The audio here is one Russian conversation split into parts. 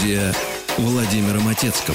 Студия Владимира Матецкого.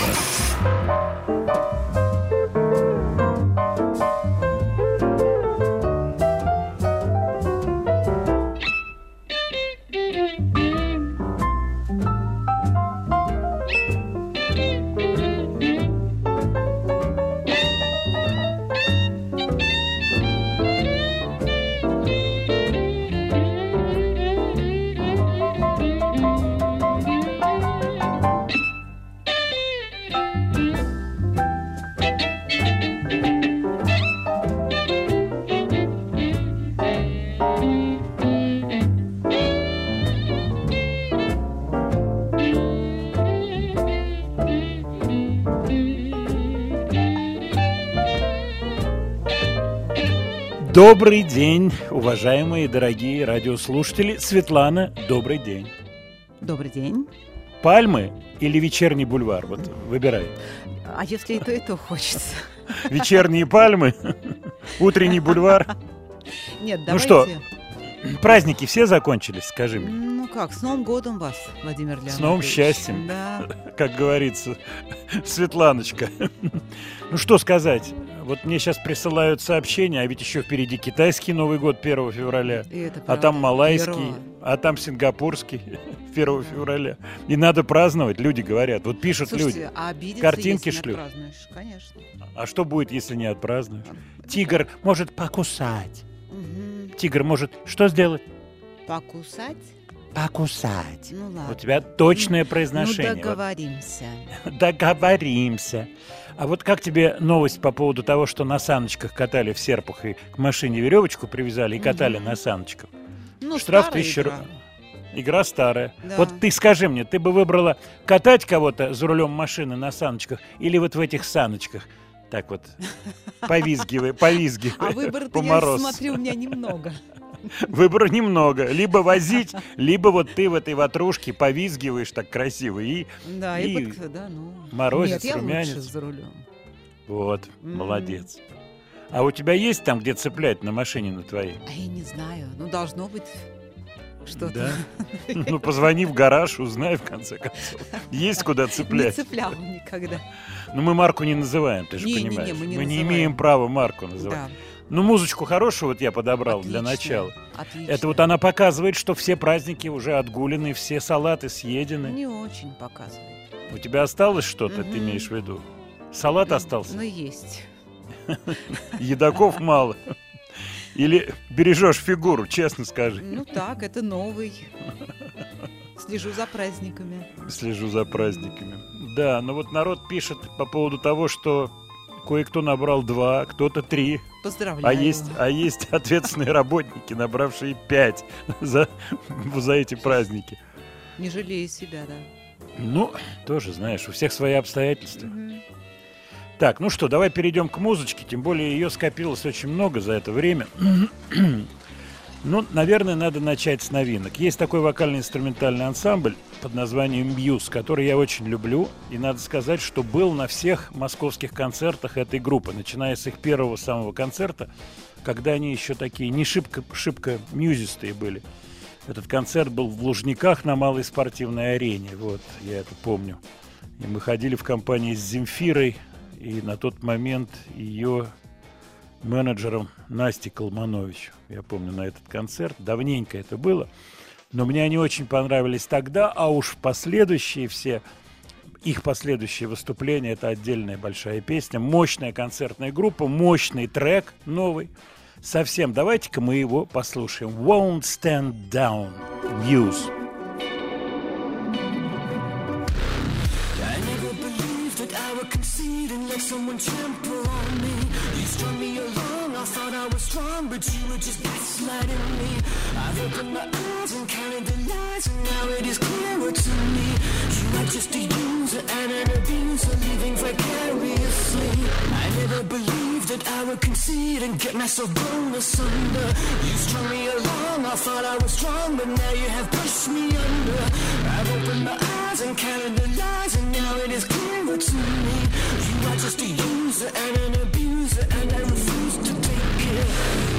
Добрый день, уважаемые дорогие радиослушатели. Светлана, добрый день. Добрый день. Пальмы или вечерний бульвар? Вот выбирай. А если и то хочется? Вечерние пальмы, утренний бульвар. Нет, давайте... Ну что, праздники все закончились, скажи мне? Ну как, с Новым годом вас, Владимир Леонидович. С новым счастьем, да. Как говорится, Светланочка. Ну что сказать? Вот мне сейчас присылают сообщения, а ведь еще впереди китайский Новый год 1 февраля, а там малайский, а там сингапурский 1 февраля. И надо праздновать, люди говорят. Вот пишут. Слушайте, люди, а обидеться, картинки если шлют. Не отпразднуешь? Конечно. А что будет, если не отпразднуешь? Тигр может покусать. Угу. Тигр может что сделать? Покусать? Покусать. Ну ладно. У тебя точное произношение. Ну договоримся. Договоримся. А вот как тебе новость по поводу того, что на саночках катали в серпах и к машине веревочку привязали и катали на саночках? Ну, штраф старая 1000 игра. Игра старая. Да. Вот ты скажи мне, ты бы выбрала катать кого-то за рулем машины на саночках или вот в этих саночках? Так вот, повизгивая А выбора-то, по я морозу. смотрю, у меня немного. Выбора немного. Либо возить, либо вот ты в этой ватрушке повизгиваешь так красиво и Да, да, ну... морозец, Нет, румянец. я лучше за рулем. Вот, молодец. А у тебя есть там, где цеплять на машине на твоей? А я не знаю, ну должно быть что-то. Да? Ну, позвони в гараж, узнай в конце концов. Есть куда Не цеплять. цеплял никогда. Но мы марку не называем, ты же Не-не-не, понимаешь. мы не не называем. имеем права марку называть. Да. Ну, музычку хорошую вот я подобрал для Отлично, начала. отлично. Это вот она показывает, что все праздники уже отгулены, все салаты съедены. Не очень показывает. У тебя осталось что-то, ты имеешь в виду? Салат остался? Ну, есть. Едоков мало. Или бережешь фигуру, честно скажи. Ну так, это новый. Слежу за праздниками. Слежу за праздниками. Да, но вот народ пишет по поводу того, что кое-кто набрал 2, кто-то 3. Поздравляю. А есть ответственные работники, набравшие 5 за эти праздники. Не жалею себя, да. Ну, тоже, знаешь, у всех свои обстоятельства. Так, ну что, давай перейдем к музычке, тем более ее скопилось очень много за это время. Ну, наверное, надо начать с новинок. Есть такой вокально-инструментальный ансамбль под названием «Мьюз», который я очень люблю. И надо сказать, что был на всех московских концертах этой группы, начиная с их первого самого концерта, когда они еще такие не шибко мьюзистые были. Этот концерт был в Лужниках на малой спортивной арене. Вот, я это помню. И мы ходили в компании с Земфирой, и на тот момент ее менеджером Настей Колманович. Я помню на этот концерт. Давненько это было. Но мне они очень понравились тогда, а уж в последующие все, их последующие выступления, это отдельная большая песня. Мощная концертная группа, мощный трек новый. Совсем. Давайте-ка мы его послушаем. Won't Stand Down. Muse. Someone trample on me. You strung me along, I thought I was strong, but you were just gaslighting me. I've opened my eyes and counted the lies, and now it is clearer to me. You are just a user and an abuser, living vicariously. I never believed that I would concede and get myself blown asunder. You strung me along, I thought I was strong, but now you have pushed me under. I've opened my eyes and counted the lies, and now it is clearer to me. You are just a user and an abuser, and I refuse to take it.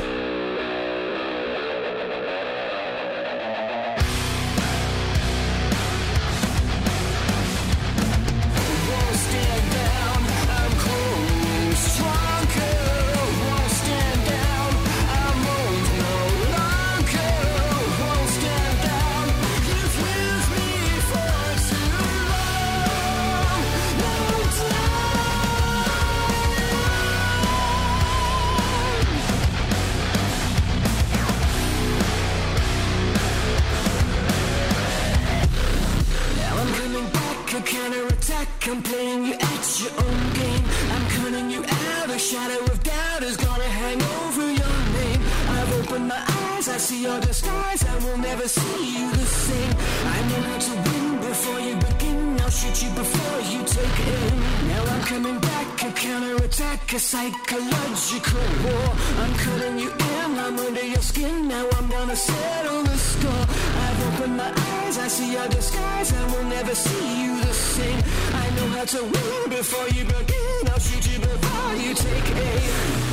a shadow of doubt is gonna hang over your name. I've opened my eyes, I see your disguise, I will never see you the same. I know how to win before you begin, I'll shoot you before you take aim. Now I'm coming back, a counterattack, a psychological war. I'm cutting you in, I'm under your skin, now I'm gonna settle the score. I've opened my eyes, I see your disguise, I will never see you the same. I know how to win before you begin, I'll shoot you before you take aim.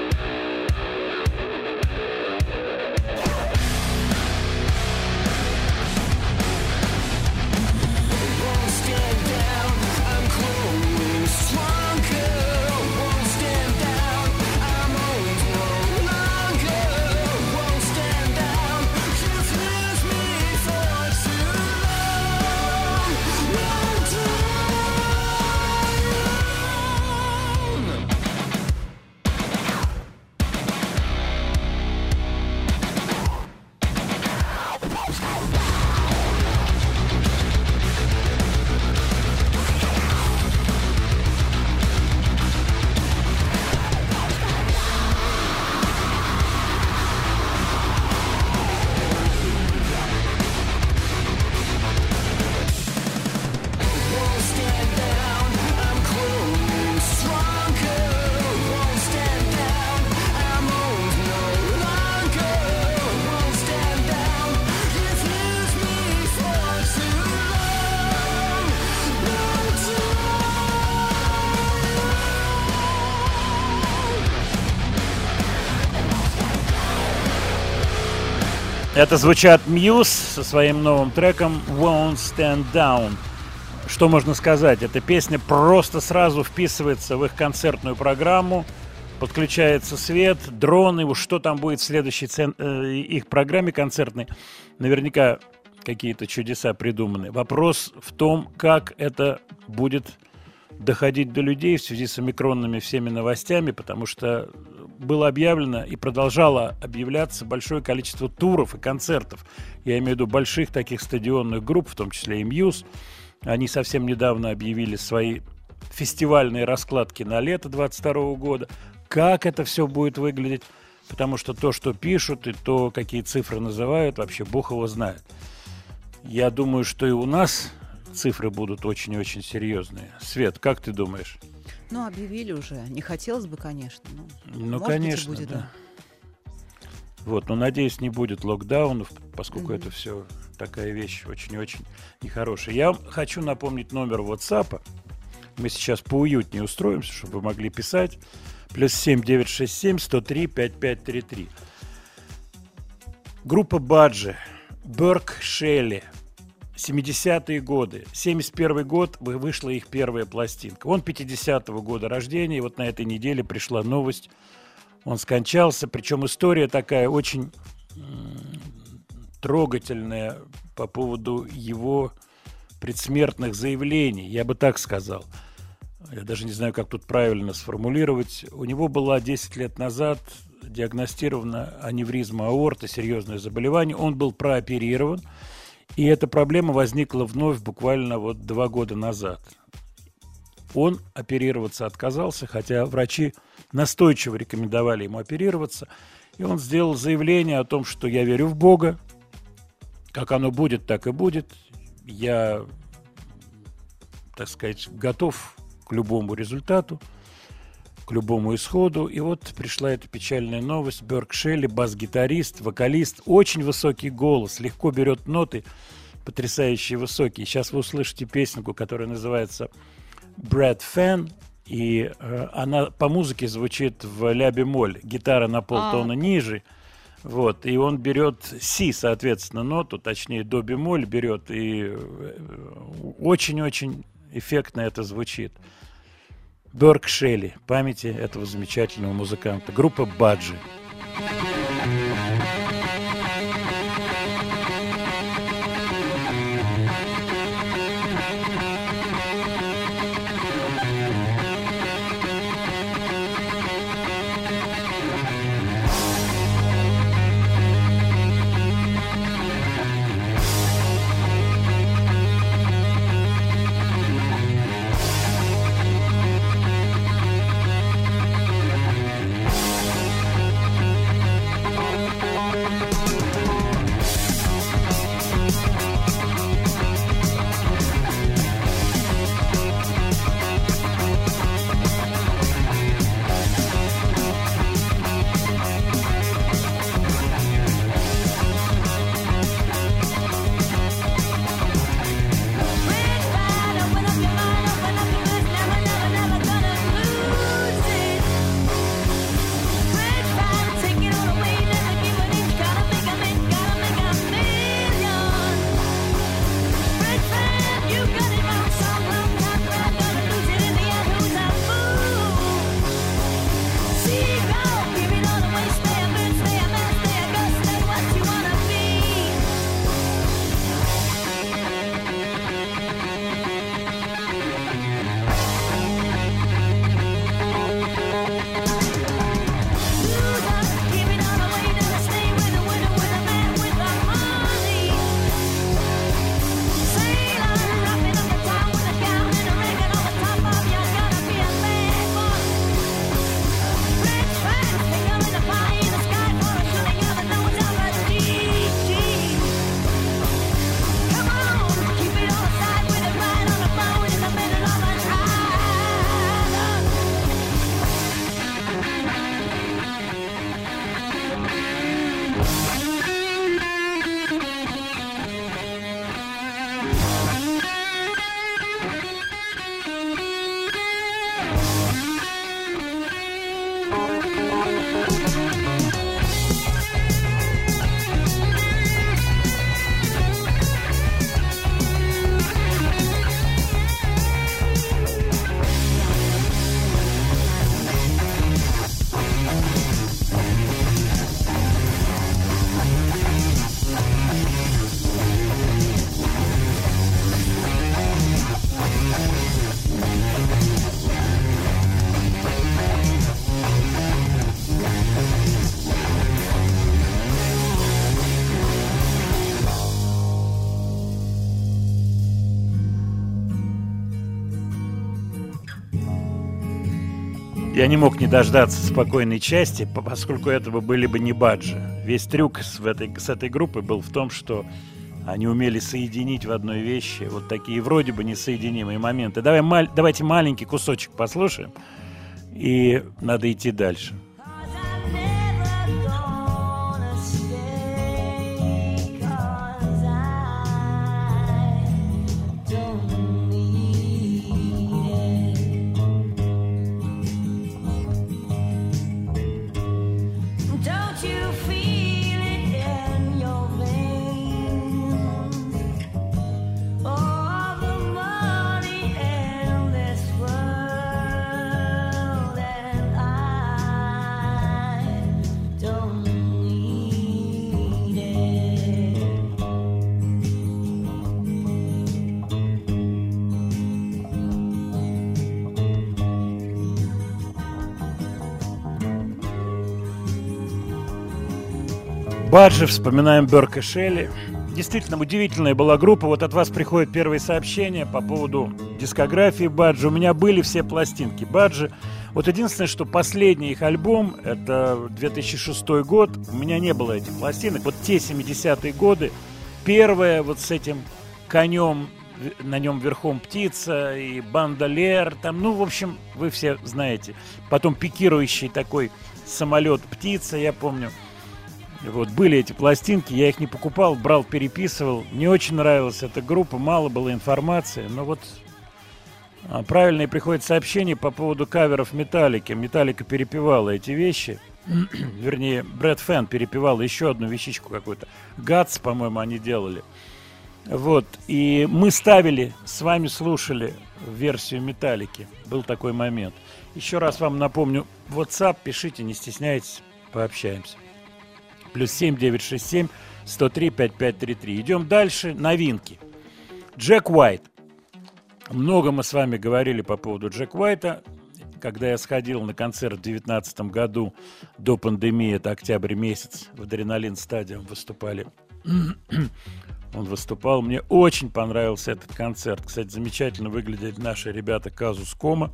Это звучат Muse со своим новым треком Won't Stand Down. Что можно сказать? Эта песня просто сразу вписывается в их концертную программу. Подключается свет, дроны. Уж что там будет в следующей их программе концертной? Наверняка какие-то чудеса придуманы. Вопрос в том, как это будет доходить до людей в связи с омикронными всеми новостями, потому что было объявлено и продолжало объявляться большое количество туров и концертов. Я имею в виду больших таких стадионных групп, в том числе и Muse. Они совсем недавно объявили свои фестивальные раскладки на лето 2022 года. Как это все будет выглядеть? Потому что то, что пишут, и то, какие цифры называют, вообще бог его знает. Я думаю, что и у нас цифры будут очень и очень серьезные. Свет, как ты думаешь? Ну, объявили уже. Не хотелось бы, конечно. Ну, конечно, быть, будет, да. Вот, но, надеюсь, не будет локдаунов, поскольку это все такая вещь очень-очень нехорошая. Я хочу напомнить номер WhatsApp. Мы сейчас поуютнее устроимся, чтобы вы могли писать. +7 967 103 5533. Группа Баджи, Берк Шелли. 70-е годы. 71-й год вышла их первая пластинка. Он 50-го года рождения, и вот на этой неделе пришла новость. Он скончался, причем история такая очень трогательная по поводу его предсмертных заявлений, я бы так сказал. Я даже не знаю, как тут правильно сформулировать. У него была 10 лет назад диагностирована аневризма аорты, серьезное заболевание. Он был прооперирован. И эта проблема возникла вновь буквально 2 года назад. Он оперироваться отказался, хотя врачи настойчиво рекомендовали ему оперироваться. И он сделал заявление о том, что я верю в Бога. Как оно будет, так и будет. Я, так сказать, готов к любому результату, к любому исходу. И вот пришла эта печальная новость. Берк Шелли, бас-гитарист, вокалист, очень высокий голос, легко берет ноты, потрясающие высокие. Сейчас вы услышите песенку, которая называется «Brad Fan», и она по музыке звучит в ля-бемоль, гитара на полтона ниже. Вот, и он берет си, соответственно, ноту, точнее, до-бемоль берет, и очень-очень эффектно это звучит. Берк Шелли, памяти этого замечательного музыканта. Группа Баджи. Я не мог не дождаться спокойной части, поскольку этого были бы не Баджи. Весь трюк с этой группой был в том, что они умели соединить в одной вещи вот такие вроде бы несоединимые моменты. Давайте маленький кусочек послушаем, и надо идти дальше. Баджи, вспоминаем Берка Шелли. Действительно, удивительная была группа. Вот от вас приходят первые сообщения по поводу дискографии Баджи. У меня были все пластинки Баджи. Вот единственное, что последний их альбом, это 2006 год, у меня не было этих пластинок. Вот те 70-е годы, первая вот с этим конем, на нем верхом птица и бандолер, там, ну, в общем, вы все знаете. Потом пикирующий такой самолет-птица, я помню. Вот, были эти пластинки, я их не покупал, брал, переписывал. Мне очень нравилась эта группа, мало было информации. Но вот правильные приходят сообщения по поводу каверов Металлики. Металлика перепевала эти вещи. Вернее, Брэд Фэн перепевал еще одну вещичку какую-то. Гатс, по-моему, они делали. Вот, и мы ставили, с вами слушали версию Металлики. Был такой момент. Еще раз вам напомню, WhatsApp, пишите, не стесняйтесь, пообщаемся. +7 967 103 5533. Идем дальше. Новинки. Джек Уайт. Много мы с вами говорили по поводу Джек Уайта. Когда я сходил на концерт в 2019 году, до пандемии, это октябрь месяц, в Адреналин Стадиум выступали. Он выступал. Мне очень понравился этот концерт. Кстати, замечательно выглядели наши ребята Казус Кома.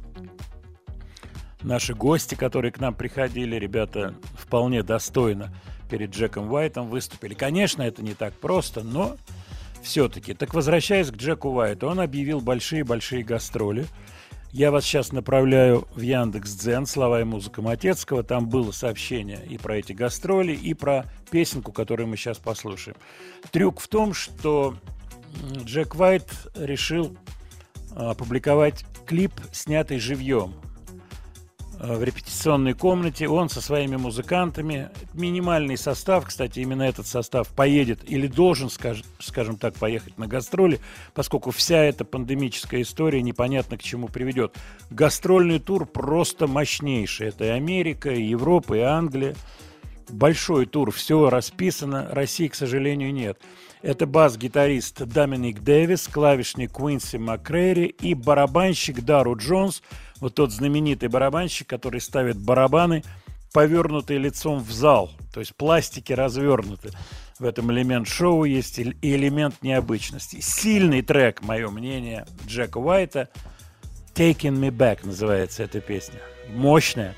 Наши гости, которые к нам приходили, ребята вполне достойно перед Джеком Уайтом выступили. Конечно, это не так просто, но все-таки. Так, возвращаясь к Джеку Уайту, он объявил большие-большие гастроли. Я вас сейчас направляю в Яндекс.Дзен, слова и музыка Матецкого. Там было сообщение и про эти гастроли, и про песенку, которую мы сейчас послушаем. Трюк в том, что Джек Уайт решил опубликовать клип, снятый живьем. В репетиционной комнате он со своими музыкантами, минимальный состав, кстати, именно этот состав поедет или должен, скажем так, поехать на гастроли, поскольку вся эта пандемическая история непонятно к чему приведет. Гастрольный тур просто мощнейший. Это и Америка, и Европа, и Англия. Большой тур, все расписано, России, к сожалению, нет. Это бас-гитарист Доминик Дэвис, клавишник Куинси Маккрэри и барабанщик Дару Джонс, вот тот знаменитый барабанщик, который ставит барабаны, повернутые лицом в зал, то есть пластики развернуты. В этом элемент шоу есть и элемент необычности. Сильный трек, мое мнение, Джека Уайта, «Taking Me Back» называется эта песня. Мощная.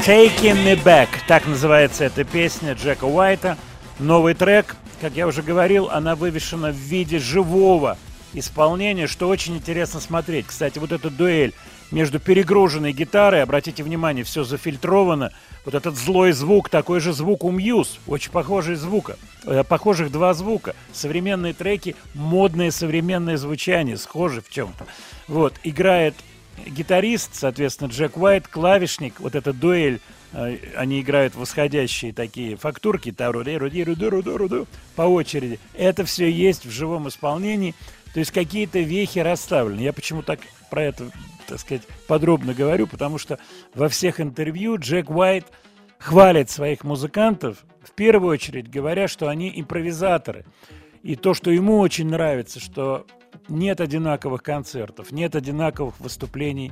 Taking Me Back. Так называется эта песня Джека Уайта. Новый трек, как я уже говорил, она вывешена в виде живого исполнения, что очень интересно смотреть. Кстати, вот эта дуэль между перегруженной гитарой, обратите внимание, все зафильтровано. Вот этот злой звук, такой же звук у Мьюз, очень похожих два звука. Современные треки, модное современное звучание, схожи в чем-то. Вот, играет гитарист, соответственно, Джек Уайт, клавишник, вот эта дуэль, они играют восходящие такие фактурки, по очереди. Это все есть в живом исполнении, то есть какие-то вехи расставлены. Я почему так про это, так сказать, подробно говорю, потому что во всех интервью Джек Уайт хвалит своих музыкантов, в первую очередь говоря, что они импровизаторы. И то, что ему очень нравится, что нет одинаковых концертов, нет одинаковых выступлений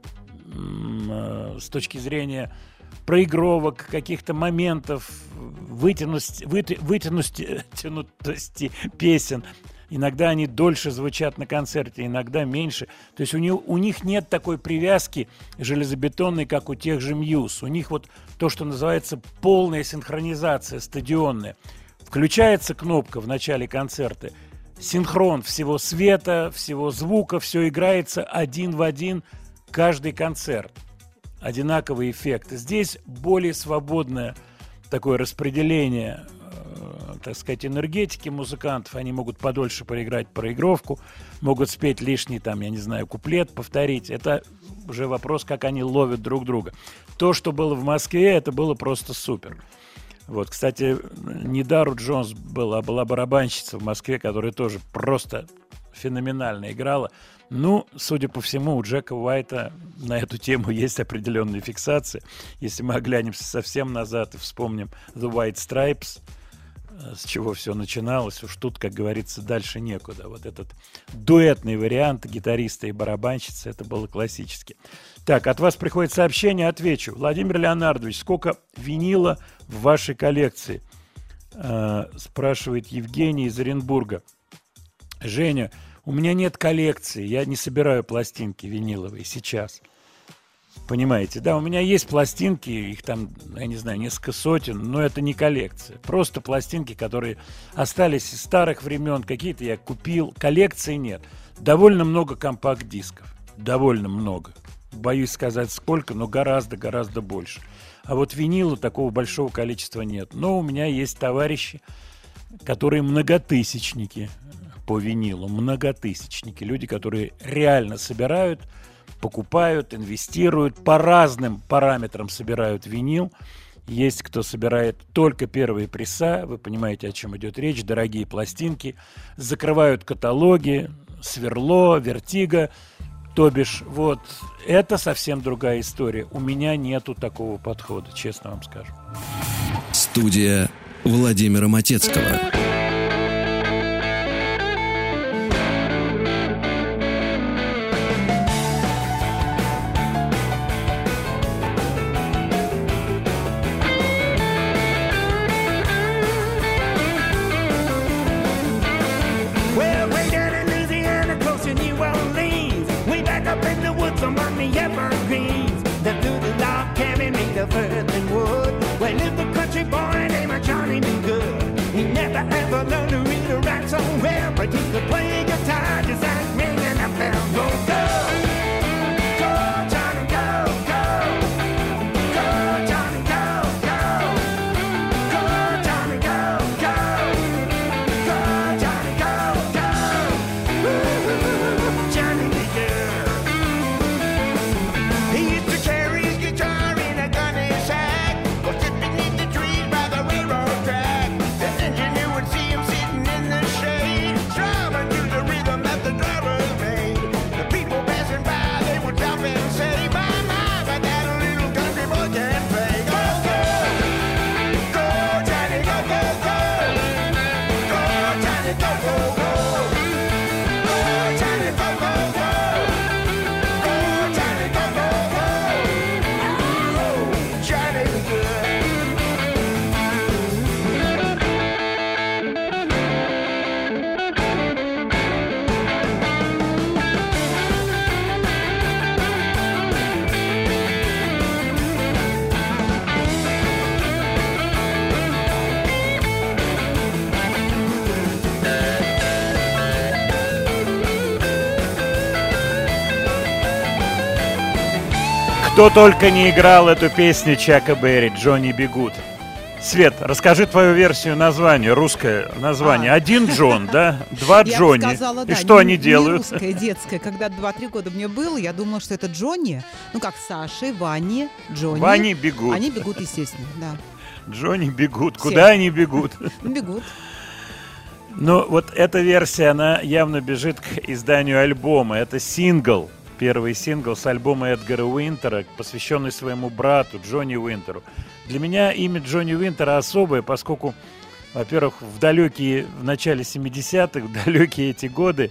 с точки зрения проигровок, каких-то моментов, вытянутости песен. Иногда они дольше звучат на концерте, иногда меньше. То есть у них нет такой привязки железобетонной, как у тех же Мьюз. У них вот то, что называется полная синхронизация стадионная. Включается кнопка в начале концерта, синхрон всего света, всего звука, все играется один в один, каждый концерт. Одинаковый эффект. Здесь более свободное такое распределение, так сказать, энергетики музыкантов. Они могут подольше проиграть проигровку, могут спеть лишний, там, я не знаю, куплет, повторить. Это уже вопрос, как они ловят друг друга. То, что было в Москве, это было просто супер. Вот, кстати, не Дару Джонс была барабанщица в Москве, которая тоже просто феноменально играла. Ну, судя по всему, у Джека Уайта на эту тему есть определенные фиксации. Если мы оглянемся совсем назад и вспомним The White Stripes, с чего все начиналось, уж тут, как говорится, дальше некуда. Вот этот дуэтный вариант гитариста и барабанщицы, это было классически. Так, от вас приходит сообщение, отвечу. Владимир Леонардович, сколько винила в вашей коллекции? Спрашивает Евгений из Оренбурга. Женя, у меня нет коллекции, я не собираю пластинки виниловые сейчас. Понимаете, да, у меня есть пластинки, их там, я не знаю, несколько сотен, но это не коллекция. Просто пластинки, которые остались из старых времен, какие-то я купил, коллекции нет. Довольно много компакт-дисков, довольно много. Боюсь сказать сколько, но гораздо больше. А вот винила такого большого количества нет. Но у меня есть товарищи, которые многотысячники по винилу, многотысячники. Люди, которые реально собирают, покупают, инвестируют, по разным параметрам собирают винил. Есть кто собирает только первые пресса, вы понимаете, о чем идет речь, дорогие пластинки, закрывают каталоги, Сверло, Вертиго, то бишь, вот, это совсем другая история. У меня нету такого подхода, честно вам скажу. Студия Владимира Матецкого. Earth and wood. Well, if the country boy named Johnny be good, he never Кто только не играл эту песню Чака Берри, Джонни Би Гуд. Свет, расскажи твою версию названия, русское название. Один Джон, да? Два Джонни. Я бы сказала, и да, что они делают? Русское, детское. Когда 2-3 года мне было, я думала, что это Джонни. Ну, как Саша, Ваня, Джонни. Ваня бегут. Они бегут, естественно, да. Джонни бегут. Все. Куда они бегут? Бегут. Ну, вот эта версия, она явно бежит к изданию альбома. Это сингл, первый сингл с альбома Эдгара Уинтера, посвященный своему брату Джонни Уинтеру. Для меня имя Джонни Уинтера особое, поскольку, во-первых, в начале 70-х, в далекие эти годы,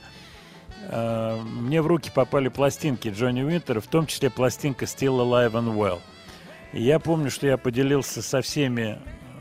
мне в руки попали пластинки Джонни Уинтера, в том числе пластинка Still Alive and Well. И я помню, что я поделился со всеми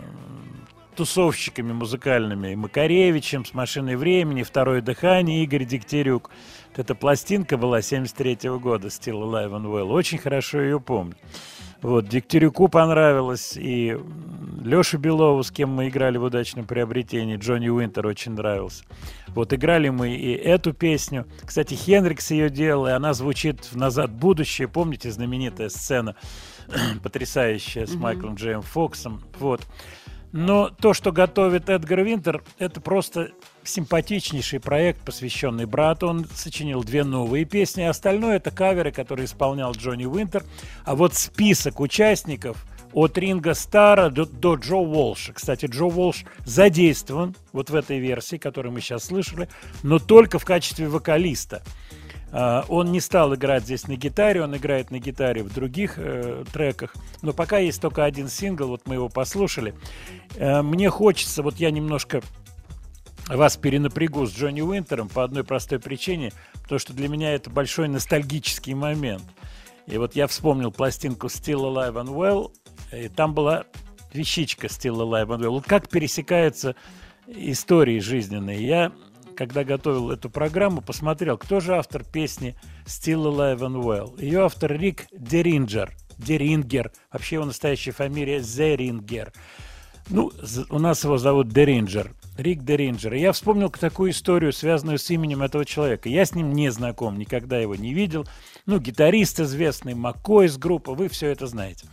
тусовщиками музыкальными, и Макаревичем, с «Машиной времени», «Второе дыхание», Игорь Дегтярюк. Вот эта пластинка была 73-го года, Still Alive and Well. Очень хорошо ее помню. Вот, Дегтярюку понравилось, и Леше Белову, с кем мы играли в «Удачном приобретении», Джонни Уинтер очень нравился. Вот, играли мы и эту песню. Кстати, Хендрикс ее делал, и она звучит в «Назад в будущее». Помните, знаменитая сцена, потрясающая, с Майклом Джеем Фоксом. Вот. Но то, что готовит Эдгар Уинтер, это просто симпатичнейший проект, посвященный брату. Он сочинил 2 новые песни, а остальное — это каверы, которые исполнял Джонни Уинтер. А вот список участников от Ринго Старра до Джо Уолша. Кстати, Джо Уолш задействован вот в этой версии, которую мы сейчас слышали, но только в качестве вокалиста. Он не стал играть здесь на гитаре, он играет на гитаре в других треках. Но пока есть только один сингл, вот мы его послушали. Мне хочется, вот я немножко вас перенапрягу с Джонни Уинтером по одной простой причине, потому что для меня это большой ностальгический момент. И вот я вспомнил пластинку Still Alive and Well, и там была вещичка Still Alive and Well. Вот как пересекаются истории жизненные. Я, когда готовил эту программу, посмотрел, кто же автор песни Still Alive and Well. Ее автор Рик Дерингер. Вообще его настоящая фамилия Зерингер. Ну, у нас его зовут Деринджер. Рик Дерингер. И я вспомнил такую историю, связанную с именем этого человека. Я с ним не знаком, никогда его не видел. Ну, гитарист известный, Маккой из группы, вы все это знаете.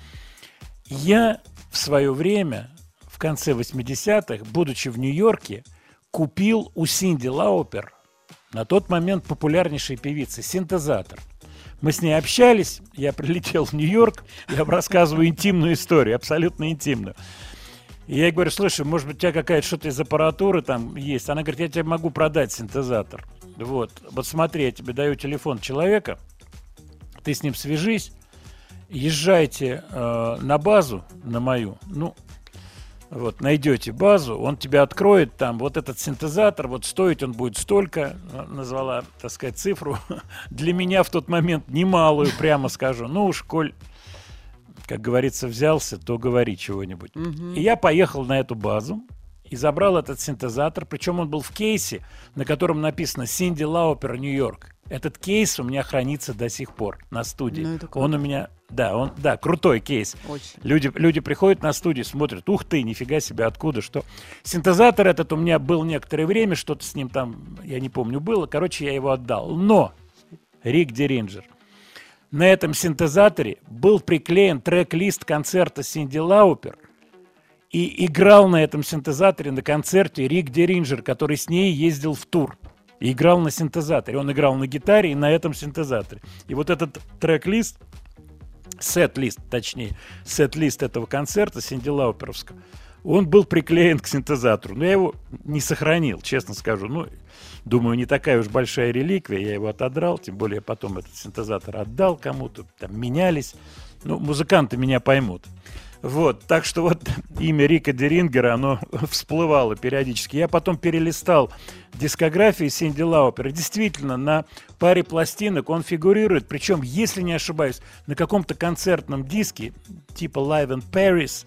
Я в свое время, в конце 80-х, будучи в Нью-Йорке, купил у Синди Лаупер, на тот момент популярнейшей певицы, синтезатор. Мы с ней общались, я прилетел в Нью-Йорк, я вам рассказываю интимную историю, абсолютно интимную. И я ей говорю: слушай, может быть, у тебя какая-то что-то из аппаратуры там есть? Она говорит: я тебе могу продать синтезатор. Вот смотри, я тебе даю телефон человека, ты с ним свяжись, езжайте на базу, на мою, ну, вот, найдете базу, он тебе откроет там вот этот синтезатор, вот стоить он будет столько, назвала, так сказать, цифру, для меня в тот момент немалую, прямо скажу. Ну уж, коль, как говорится, взялся, то говори чего-нибудь. И я поехал на эту базу и забрал этот синтезатор, причем он был в кейсе, на котором написано «Синди Лаупер, Нью-Йорк». Этот кейс у меня хранится до сих пор на студии. Ну, он у меня, да, крутой кейс. Очень. Люди приходят на студию, смотрят: ух ты, нифига себе, откуда, что. Синтезатор этот у меня был некоторое время, что-то с ним там, я не помню, было. Короче, я его отдал. Но Рик Деринджер, на этом синтезаторе был приклеен трек-лист концерта Синди Лаупер, и играл на этом синтезаторе на концерте Рик Деринджер, который с ней ездил в тур. И играл на синтезаторе. Он играл на гитаре и на этом синтезаторе. И вот этот трек-лист, сет-лист этого концерта Синди Лауперовского, он был приклеен к синтезатору. Но я его не сохранил, честно скажу. Ну, думаю, не такая уж большая реликвия. Я его отодрал, тем более потом этот синтезатор отдал кому-то. Там менялись. Ну, музыканты меня поймут. Вот, так что вот имя Рика Дерингера, оно всплывало периодически. Я потом перелистал дискографию Синди Лаупер. Действительно, на паре пластинок он фигурирует, причем, если не ошибаюсь, на каком-то концертном диске, типа Live in Paris,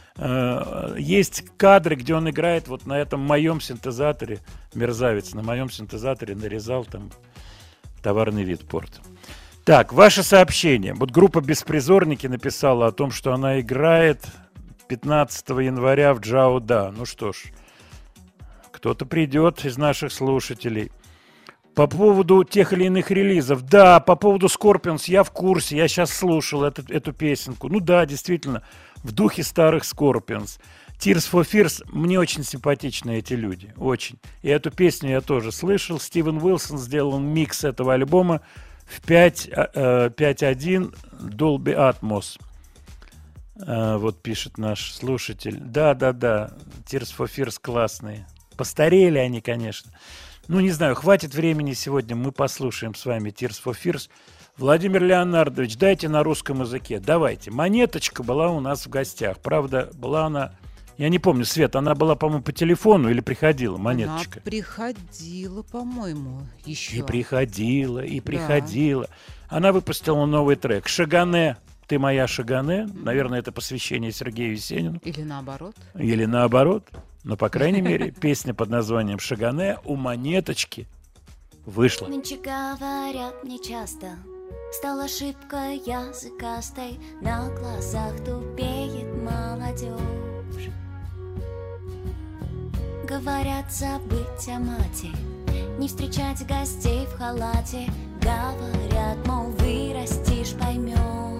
есть кадры, где он играет вот на этом моем синтезаторе, мерзавец, на моем синтезаторе нарезал там товарный вид порт. Так, ваше сообщение. Вот группа «Беспризорники» написала о том, что она играет 15 января в Джао-Да. Ну что ж, кто-то придет из наших слушателей. По поводу тех или иных релизов. Да, по поводу Scorpions я в курсе. Я сейчас слушал эту песенку. Ну да, действительно, в духе старых Scorpions. Tears for Fears. Мне очень симпатичны эти люди. Очень. И эту песню я тоже слышал. Стивен Уилсон сделал микс этого альбома в 5.1 Dolby Atmos. Вот пишет наш слушатель. Да. Tears for Fears классные. Постарели они, конечно. Ну, не знаю, хватит времени сегодня. Мы послушаем с вами Tears for Fears. Владимир Леонардович, дайте на русском языке. Давайте. Монеточка была у нас в гостях. Правда, была она... Я не помню, Свет, она была, по-моему, по телефону или приходила, Монеточка? Она приходила, по-моему, еще. И приходила. Она выпустила новый трек. «Шагане, ты моя Шагане». Наверное, это посвящение Сергею Есенину. Или наоборот. Но, по крайней мере, песня под названием «Шагане» у Монеточки вышла. Нынче говорят мне часто, стала ошибкой языкастой, на глазах тупеет молодежь. Говорят, забыть о мате, не встречать гостей в халате. Говорят, мол, вырастешь, поймешь.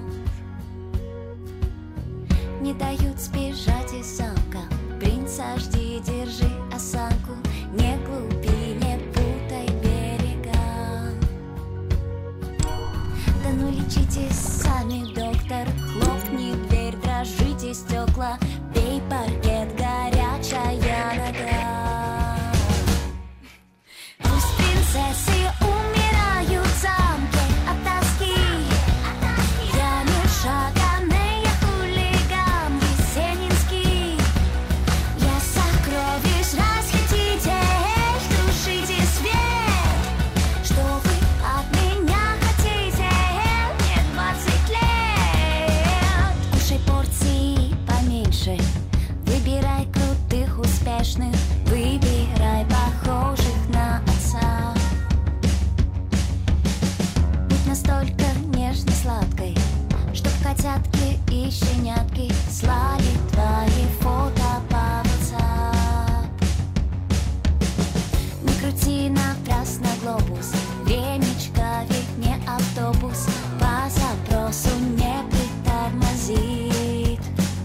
Не дают сбежать из замка, принца жди, держи осанку. Не глупи, не путай берега. Да ну лечитесь сами, доктор, хлопни дверь, дрожите стекла, бей паркет, горячая нога. Пусть принцессы умирают в замке от тоски. Я не Шагане, я хулиган есенинский. Я сокровищ расхититель, тушите свет. Что вы от меня хотите? Мне 20 лет. Кушай порции поменьше, выбирай крутых, успешных, выбирай похожих на отца. Будь настолько нежно-сладкой, чтоб котятки и щенятки слали твои фото по WhatsApp. Не крути напрасно глобус, времечко ведь не автобус, по запросу не притормозит.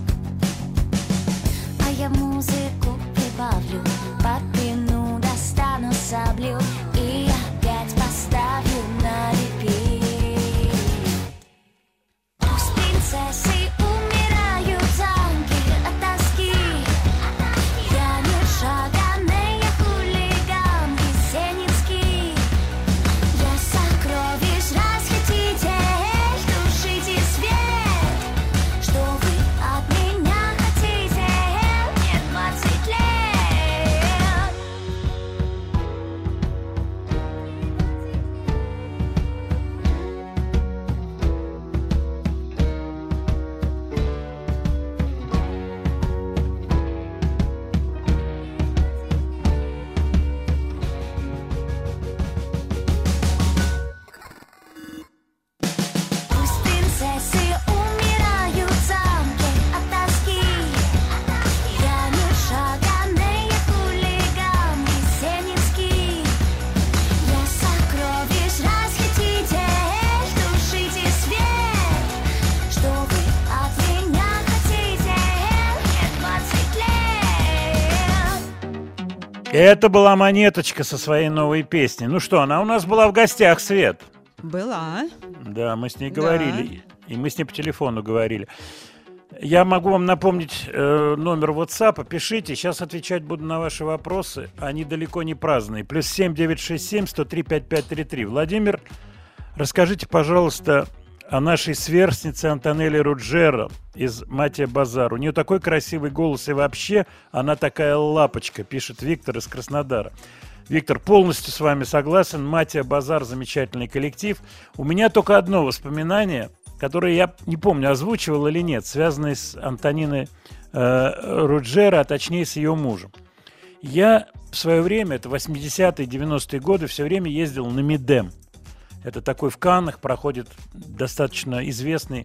А я музыку прибавлю, подпину, достану саблю и опять поставлю на репит. Пусть принцессы умирают в замке от тоски. Я не Шагане, я хулиган есенинский. Я сокровищ расхититель, тушите свет. Что вы от меня хотите? Мне 20 лет. Пусть принцессы умирают в замке от тоски. Я не Шагане, я хулиган есенинский. Я сокровищ расхититель, тушите свет. Что вы от меня хотите? Мне 20 лет. Это была Монеточка со своей новой песней. Ну что, она у нас была в гостях, Свет. Была. Да, мы с ней Да. говорили. И мы с ней по телефону говорили. Я могу вам напомнить номер WhatsApp. Пишите, сейчас отвечать буду на ваши вопросы. Они далеко не праздные. +7 967 103 5533. Владимир, расскажите, пожалуйста, о нашей сверстнице Антонелле Руджеро из Матия Базар. У нее такой красивый голос, и вообще она такая лапочка, пишет Виктор из Краснодара. Виктор, полностью с вами согласен. Матия Базар — замечательный коллектив. У меня только одно воспоминание, которое я не помню, озвучивал или нет, связанное с Антониной Руджеро, а точнее с ее мужем. Я в свое время, это 80-е, 90-е годы, все время ездил на Мидем. Это такой в Каннах проходит достаточно известный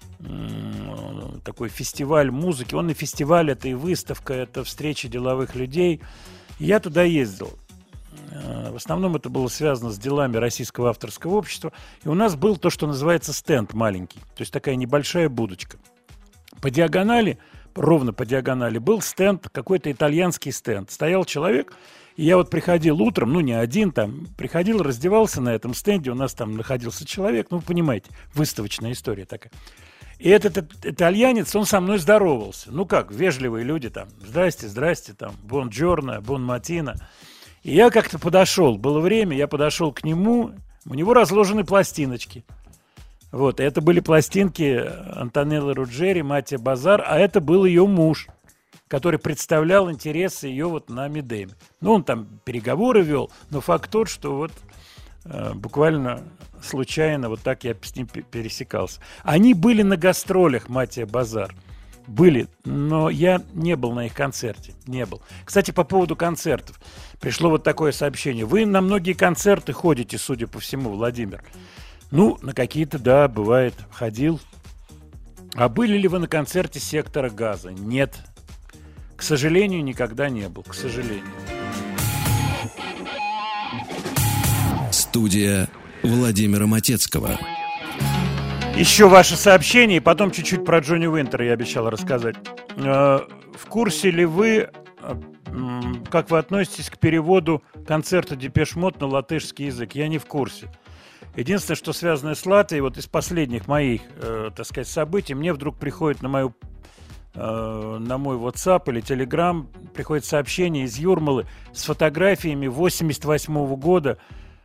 такой фестиваль музыки. Он и фестиваль, это и выставка, это встреча деловых людей. И я туда ездил В основном это было связано с делами Российского авторского общества. И у нас был то, что называется стенд маленький. То есть такая небольшая будочка. По диагонали, ровно по диагонали, был стенд, какой-то итальянский стенд. Стоял человек, и я вот приходил утром, ну не один там, приходил, раздевался на этом стенде, у нас там находился человек, ну вы понимаете, выставочная история такая. И этот итальянец, он со мной здоровался. Ну как, вежливые люди там, здрасте, там, бонджорно, бон матино. И я как-то подошел, было время, я подошел к нему, у него разложены пластиночки. Вот, это были пластинки Антонеллы Руджери, Маттия Базар, а это был ее муж, который представлял интересы ее вот на Мидеме. Ну, он там переговоры вел, но факт тот, что вот буквально случайно вот так я с ним пересекался. Они были на гастролях, Маттия Базар. Были, но я не был на их концерте. Не был. Кстати, по поводу концертов. Пришло вот такое сообщение. Вы на многие концерты ходите, судя по всему, Владимир. Ну, на какие-то, да, бывает, ходил. А были ли вы на концерте «Сектора газа»? Нет. К сожалению, никогда не был. К сожалению. Студия Владимира Матецкого. Еще ваше сообщение, и потом чуть-чуть про Джонни Уинтера я обещал рассказать. В курсе ли вы, как вы относитесь к переводу концерта Депеш Мод на латышский язык? Я не в курсе. Единственное, что связано с Латвией, вот из последних моих, так сказать, событий, мне вдруг приходит на мой WhatsApp или Telegram, приходит сообщение из Юрмалы с фотографиями 88 года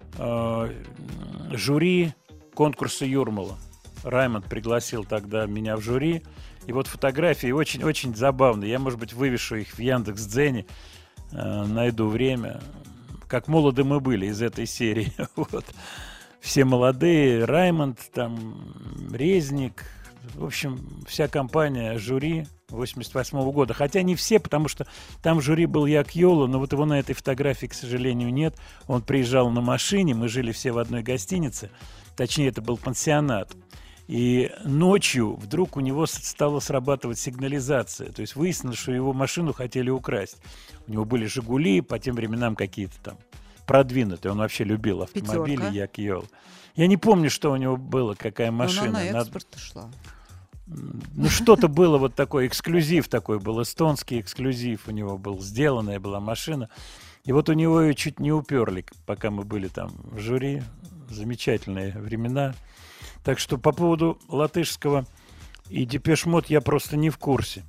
жюри конкурса Юрмала. Раймонд пригласил тогда меня в жюри. И вот фотографии очень-очень забавные. Я, может быть, вывешу их в Яндекс.Дзене, найду время. Как молоды мы были из этой серии. Вот. Все молодые. Раймонд, там, Резник. В общем, вся компания жюри 88 года. Хотя не все, потому что там в жюри был Як Йола, но вот его на этой фотографии, к сожалению, нет. Он приезжал на машине, мы жили все в одной гостинице. Точнее, это был пансионат. И ночью вдруг у него стала срабатывать сигнализация. То есть выяснилось, что его машину хотели украсть. У него были «Жигули», по тем временам какие-то там продвинутые. Он вообще любил автомобили, «Пятерка». Як Йола. Я не помню, что у него было, какая машина. Но она на экспорт шла. Ну, что-то было вот такой, эксклюзив такой был, эстонский эксклюзив у него был, сделанная была машина. И вот у него ее чуть не уперли, пока мы были там в жюри. Замечательные времена. Так что по поводу латышского и Депеш Мод я просто не в курсе.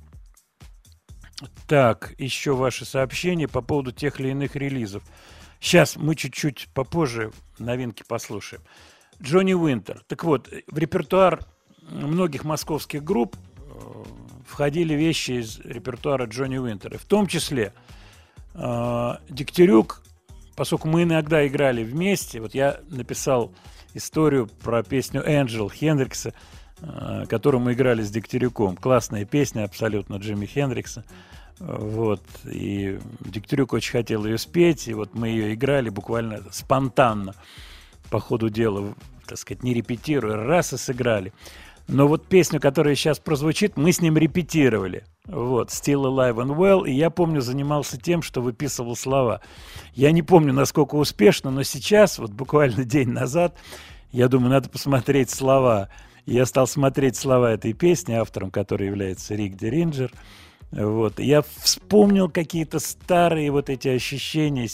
Так, еще ваши сообщения по поводу тех или иных релизов. Сейчас мы чуть-чуть попозже новинки послушаем. Джонни Уинтер. Так вот, в репертуар многих московских групп входили вещи из репертуара Джонни Уинтера. В том числе Дегтярюк, поскольку мы иногда играли вместе, вот я написал историю про песню «Angel» Хендрикса, которую мы играли с Дегтярюком. Классная песня абсолютно Джимми Хендрикса. Вот. И Дегтярюк очень хотел ее спеть, и вот мы ее играли буквально спонтанно, по ходу дела, так сказать, не репетируя, раз и сыграли. Но вот песню, которая сейчас прозвучит, мы с ним репетировали. Вот, Still Alive and Well. И я помню, занимался тем, что выписывал слова. Я не помню, насколько успешно, но сейчас, вот буквально день назад, я думаю, надо посмотреть слова. И я стал смотреть слова этой песни, автором которой является Рик Деринджер. Вот. И я вспомнил какие-то старые вот эти ощущения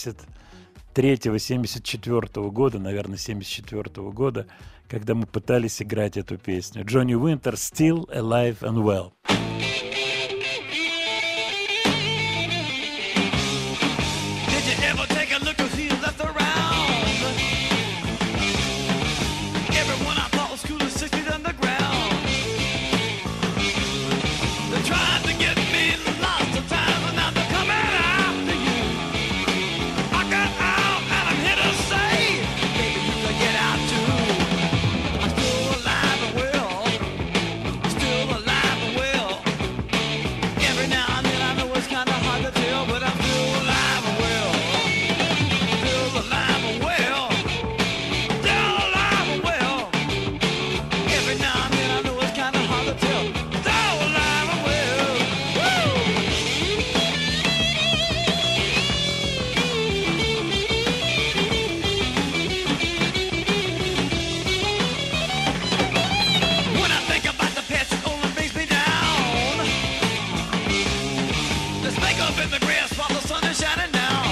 73-74 года, наверное, 74 года, когда мы пытались играть эту песню. Джонни Уинтер, Still Alive and Well. Did you ever take a look at who's left around? Everyone I thought was cool is 6 feet underground. They tried to get me lots of times, and now they're coming after you. I got out and I'm here to say, maybe you can get out too. I'm still alive and well. Still alive and well. in the grass while the sun is shining down.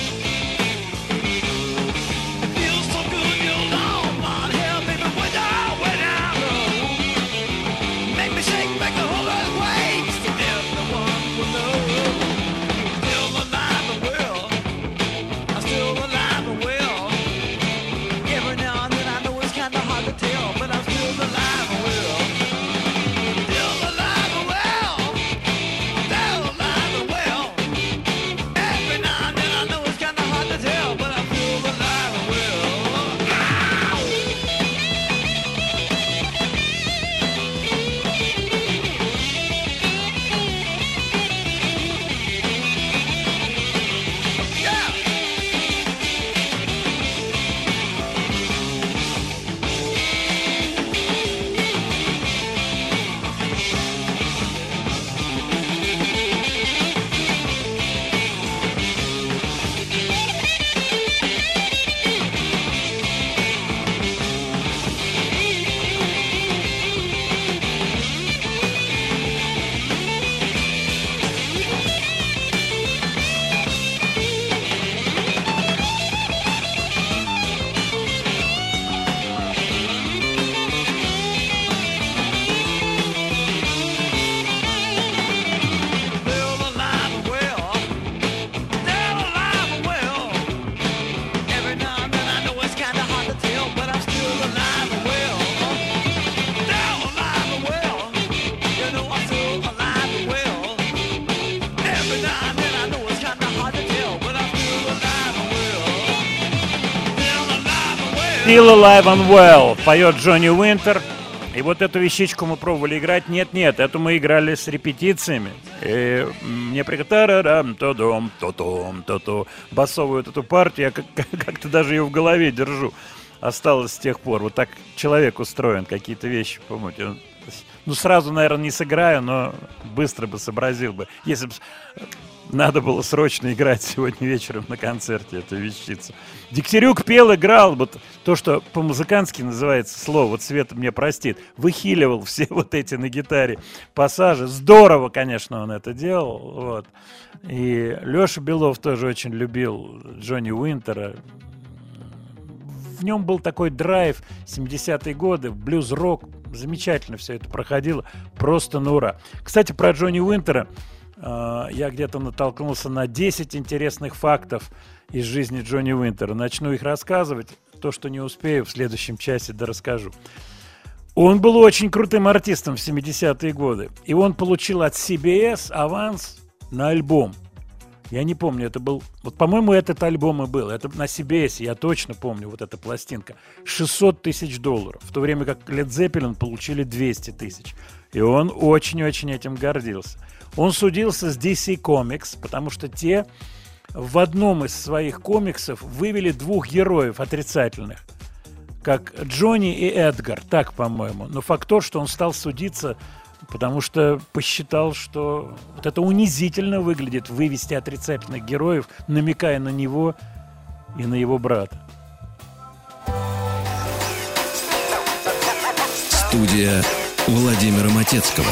It feels so good, you know, my hell, baby, when down low. Make me shake, make the whole earth quake. Everyone will know. Still alive and well. I'm still alive and well. Every now and then I know it's kinda hard to tell, but I'm still alive and well. Still alive and well. Still alive and well. Every now and then I know it's kinda hard to tell, but I'm still alive and well. Yeah. Still alive and well. Still alive and well. Every now and then I know it's kinda hard to tell, but I'm still alive and well. Still alive and well. You know I'm still alive and well. Every now and then I know it's kinda hard to tell, but I'm still alive and well. Still alive and well. Still Alive and Well, поет Джонни Уинтер. И вот эту вещичку мы пробовали играть. Нет, эту мы играли с репетициями. И мне басовую вот эту партию, я как-то даже ее в голове держу. Осталось с тех пор. Вот так человек устроен, какие-то вещи, помните. Ну, сразу, наверное, не сыграю, но быстро бы сообразил бы. Если бы надо было срочно играть сегодня вечером на концерте эту вещицу. Дегтярюк пел, играл, вот то, что по-музыкански называется слово, вот Света мне простит, выхиливал все вот эти на гитаре пассажи. Здорово, конечно, он это делал. Вот. И Леша Белов тоже очень любил Джонни Уинтера. В нем был такой драйв 70-е годы, блюз-рок. Замечательно все это проходило, просто на ура. Кстати, про Джонни Уинтера я где-то натолкнулся на 10 интересных фактов из жизни Джонни Уинтера. Начну их рассказывать. То, что не успею, в следующем часе расскажу. Он был очень крутым артистом в 70-е годы. И он получил от CBS аванс на альбом. Я не помню, это был... Вот, по-моему, этот альбом и был. Это на CBS, я точно помню, вот эта пластинка. $600 тысяч. В то время как Led Zeppelin получили 200 тысяч. И он очень-очень этим гордился. Он судился с DC Comics, потому что те в одном из своих комиксов вывели двух героев отрицательных. Как Джонни и Эдгар, так, по-моему. Но факт то, что он стал судиться... Потому что посчитал, что вот это унизительно выглядит вывести отрицательных героев, намекая на него и на его брата. Студия Владимира Матецкого.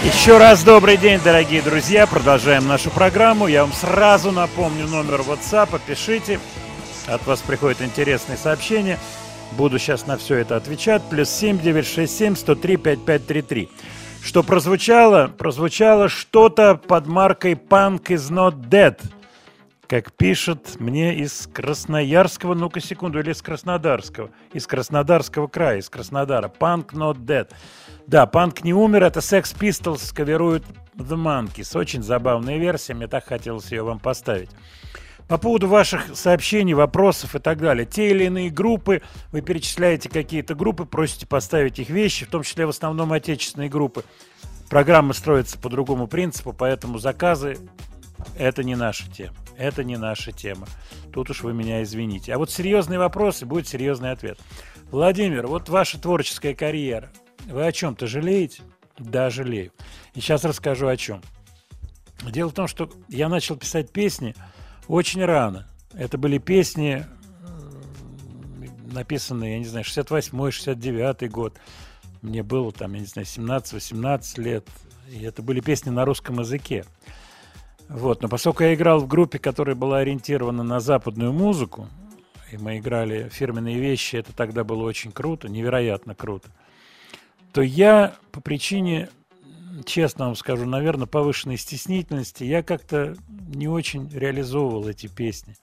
Еще раз добрый день, дорогие друзья. Продолжаем нашу программу. Я вам сразу напомню номер WhatsApp. Пишите. От вас приходят интересные сообщения. Буду сейчас на все это отвечать. +7 967 103 5533. Что прозвучало? Прозвучало что-то под маркой Punk is not dead. Как пишет мне из Красноярского, ну-ка секунду, или из Краснодарского. Из Краснодарского края, из Краснодара. Punk not dead. Да, панк не умер, это Sex Pistols каверуют The Monkeys. Очень забавная версия, мне так хотелось ее вам поставить. По поводу ваших сообщений, вопросов и так далее. Те или иные группы, вы перечисляете какие-то группы, просите поставить их вещи, в том числе в основном отечественные группы. Программа строится по другому принципу, поэтому заказы – это не наша тема. Это не наша тема. Тут уж вы меня извините. А вот серьезные вопросы, будет серьезный ответ. Владимир, вот ваша творческая карьера. Вы о чем-то жалеете? Да, жалею. И сейчас расскажу о чем. Дело в том, что я начал писать песни очень рано. Это были песни, написанные, я не знаю, 68-й, 69-й год. Мне было там, я не знаю, 17-18 лет. И это были песни на русском языке. Вот. Но поскольку я играл в группе, которая была ориентирована на западную музыку, и мы играли фирменные вещи, это тогда было очень круто, невероятно круто, то я по причине, честно вам скажу, наверное, повышенной стеснительности, я как-то не очень реализовывал эти песни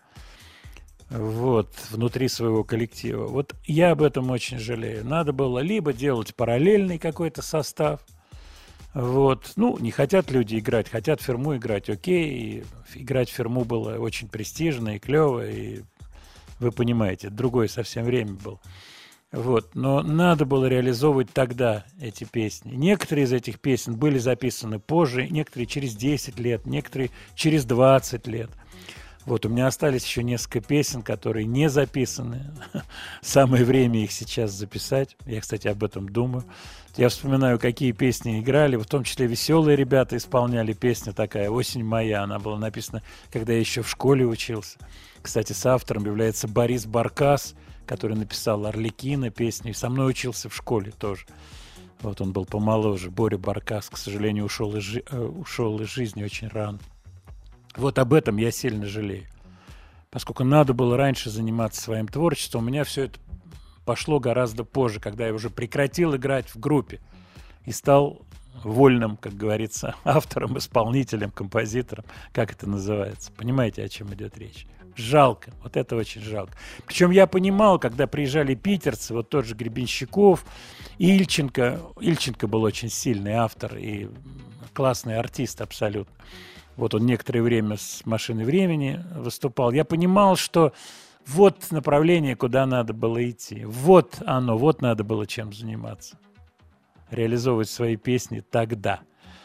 вот, внутри своего коллектива. Вот я об этом очень жалею. Надо было либо делать параллельный какой-то состав, вот. Ну, не хотят люди играть, хотят в фирму играть, окей. И играть в фирму было очень престижно и клево, и вы понимаете, другое совсем время было. Вот. Но надо было реализовывать тогда эти песни. Некоторые из этих песен были записаны позже, некоторые через 10 лет, некоторые через 20 лет. Вот, у меня остались еще несколько песен, которые не записаны. Самое время их сейчас записать. Я, кстати, об этом думаю. Я вспоминаю, какие песни играли. В том числе веселые ребята исполняли песню такая «Осень моя». Она была написана, когда я еще в школе учился. Кстати, с автором является Борис Баркас, который написал «Арлекино» песню. И со мной учился в школе тоже. Вот он был помоложе. Боря Баркас, к сожалению, ушел из жизни очень рано. Вот об этом я сильно жалею. Поскольку надо было раньше заниматься своим творчеством, у меня все это пошло гораздо позже, когда я уже прекратил играть в группе и стал вольным, как говорится, автором, исполнителем, композитором, как это называется. Понимаете, о чем идет речь? Жалко, вот это очень жалко. Причем я понимал, когда приезжали питерцы, вот тот же Гребенщиков, Ильченко был очень сильный автор и классный артист абсолютно. Вот он некоторое время с «Машиной времени» выступал. Я понимал, что вот направление, куда надо было идти. Вот оно, вот надо было чем заниматься. Реализовывать свои песни тогда.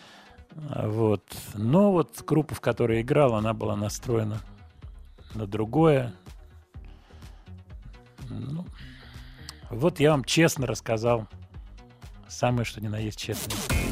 Вот. Но вот группа, в которой я играл, она была настроена на другое. Ну, вот я вам честно рассказал. Самое, что ни на есть честно.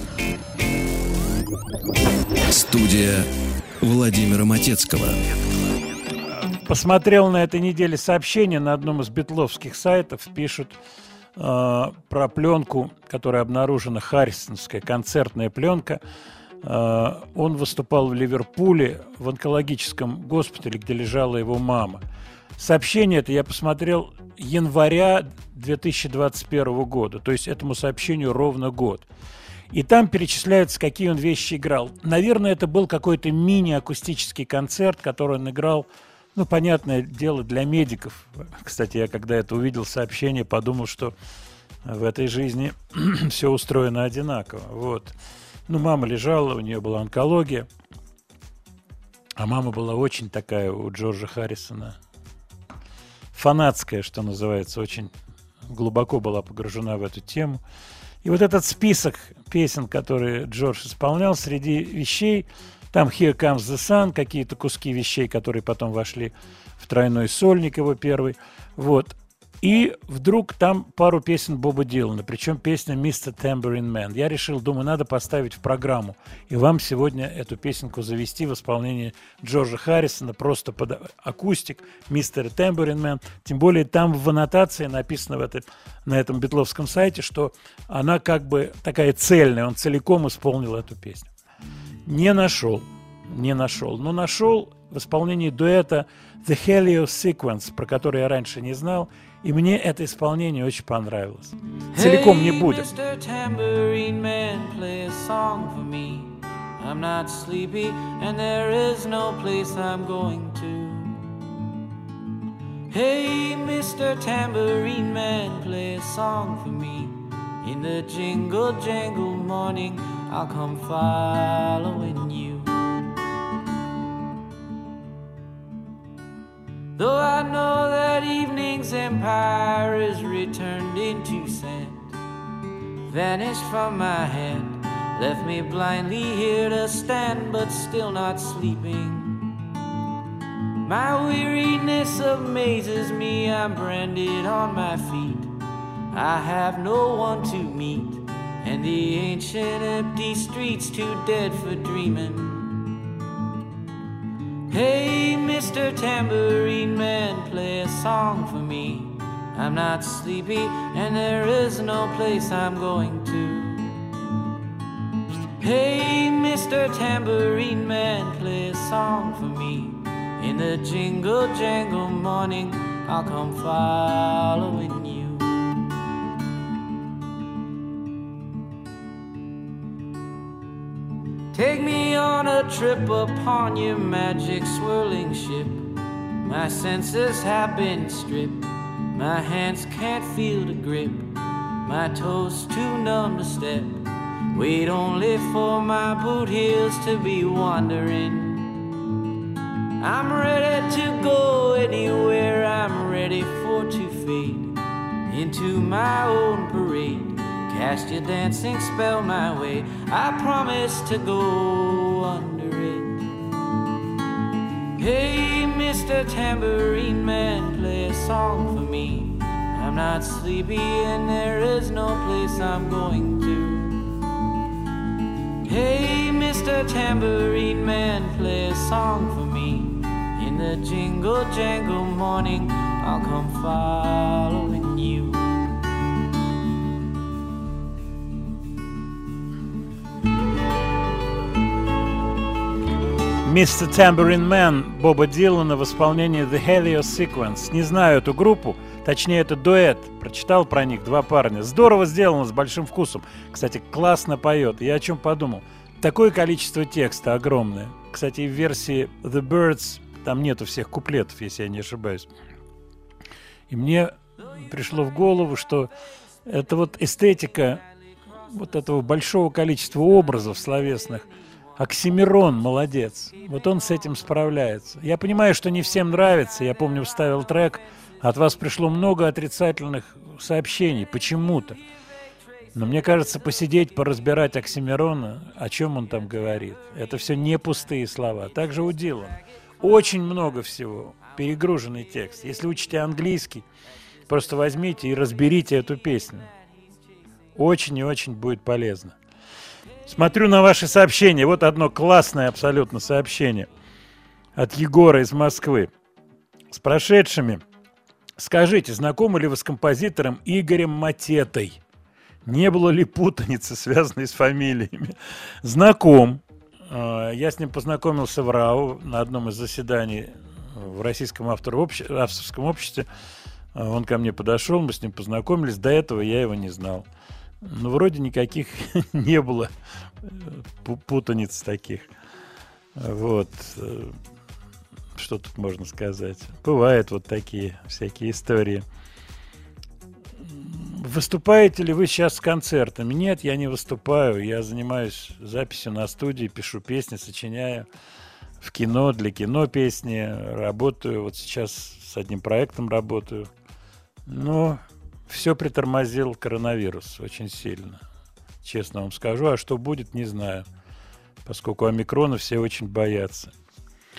Студия Владимира Матецкого. Посмотрел на этой неделе сообщение на одном из битловских сайтов. Пишут про пленку, которая обнаружена, харрисонская концертная пленка. Он выступал в Ливерпуле в онкологическом госпитале, где лежала его мама. Сообщение это я посмотрел января 2021 года. То есть этому сообщению ровно год. И там перечисляются, какие он вещи играл. Наверное, это был какой-то мини-акустический концерт, который он играл, ну, понятное дело, для медиков. Кстати, я когда это увидел сообщение, подумал, что в этой жизни все устроено одинаково. Вот. Ну, мама лежала, у нее была онкология. А мама была очень такая у Джорджа Харрисона. Фанатская, что называется, очень глубоко была погружена в эту тему. И вот этот список песен, которые Джордж исполнял, среди вещей, там «Here Comes the Sun», какие-то куски вещей, которые потом вошли в тройной сольник, его первый. Вот. И вдруг там пару песен Боба Дилана, причем песня «Mr. Tambourine Man». Я решил, думаю, надо поставить в программу. И вам сегодня эту песенку завести в исполнении Джорджа Харрисона, просто под акустик «Mr. Tambourine Man». Тем более там в аннотации написано на этом битловском сайте, что она как бы такая цельная, он целиком исполнил эту песню. Не нашел, но нашел в исполнении дуэта «The Helios Sequence», про который я раньше не знал, и мне это исполнение очень понравилось. Целиком не будет. Mr. Tambourine Man, play a song for me. I'm not sleepy and there is no place I'm going to. Hey, Mr. Tambourine Man, play a song for me. In the jingle jangle morning, I'll come following you. Though I know that evening's empire is returned into sand, vanished from my hand, left me blindly here to stand, but still not sleeping. My weariness amazes me, I'm branded on my feet. I have no one to meet, and the ancient empty streets too dead for dreaming. Hey, Mr. Tambourine Man, play a song for me. I'm not sleepy and there is no place I'm going to. Hey, Mr. Tambourine Man, play a song for me. In the jingle jangle morning, I'll come following you. Take me on a trip upon your magic swirling ship. My senses have been stripped. My hands can't feel the grip. My toes too numb to step. Wait only for my boot heels to be wandering. I'm ready to go anywhere. I'm ready for to fade into my own parade. Cast your dancing spell my way. I promise to go under it. Hey, Mr. Tambourine Man, play a song for me. I'm not sleepy and there is no place I'm going to. Hey, Mr. Tambourine Man, play a song for me. In the jingle jangle morning, I'll come following you. Mr. Tambourine Man Боба Дилана в исполнении The Helios Sequence. Не знаю эту группу, точнее это дуэт. Прочитал про них, два парня. Здорово сделано, с большим вкусом. Кстати, классно поет. Я о чем подумал? Такое количество текста огромное. Кстати, в версии The Birds там нету всех куплетов, если я не ошибаюсь. И мне пришло в голову, что это вот эстетика вот этого большого количества образов словесных. Оксимирон молодец. Вот он с этим справляется. Я понимаю, что не всем нравится. Я помню, вставил трек. От вас пришло много отрицательных сообщений. Почему-то. Но мне кажется, посидеть, поразбирать Оксимирона, о чем он там говорит. Это все не пустые слова. Также у Дилана. Очень много всего. Перегруженный текст. Если учите английский, просто возьмите и разберите эту песню. Очень и очень будет полезно. Смотрю на ваши сообщения. Вот одно классное абсолютно сообщение от Егора из Москвы. С прошедшими. Скажите, знакомы ли вы с композитором Игорем Матетой? Не было ли путаницы, связанной с фамилиями? Знаком. Я с ним познакомился в РАО на одном из заседаний в Российском авторском обществе. Он ко мне подошел, мы с ним познакомились. До этого я его не знал. Ну, вроде никаких не было путаниц таких. Вот. Что тут можно сказать? Бывают вот такие всякие истории. Выступаете ли вы сейчас с концертами? Нет, я не выступаю. Я занимаюсь записью на студии, пишу песни, сочиняю в кино, для кино песни. Работаю. Вот сейчас с одним проектом работаю. Но все притормозил коронавирус очень сильно. Честно вам скажу. А что будет, не знаю. Поскольку омикрона все очень боятся.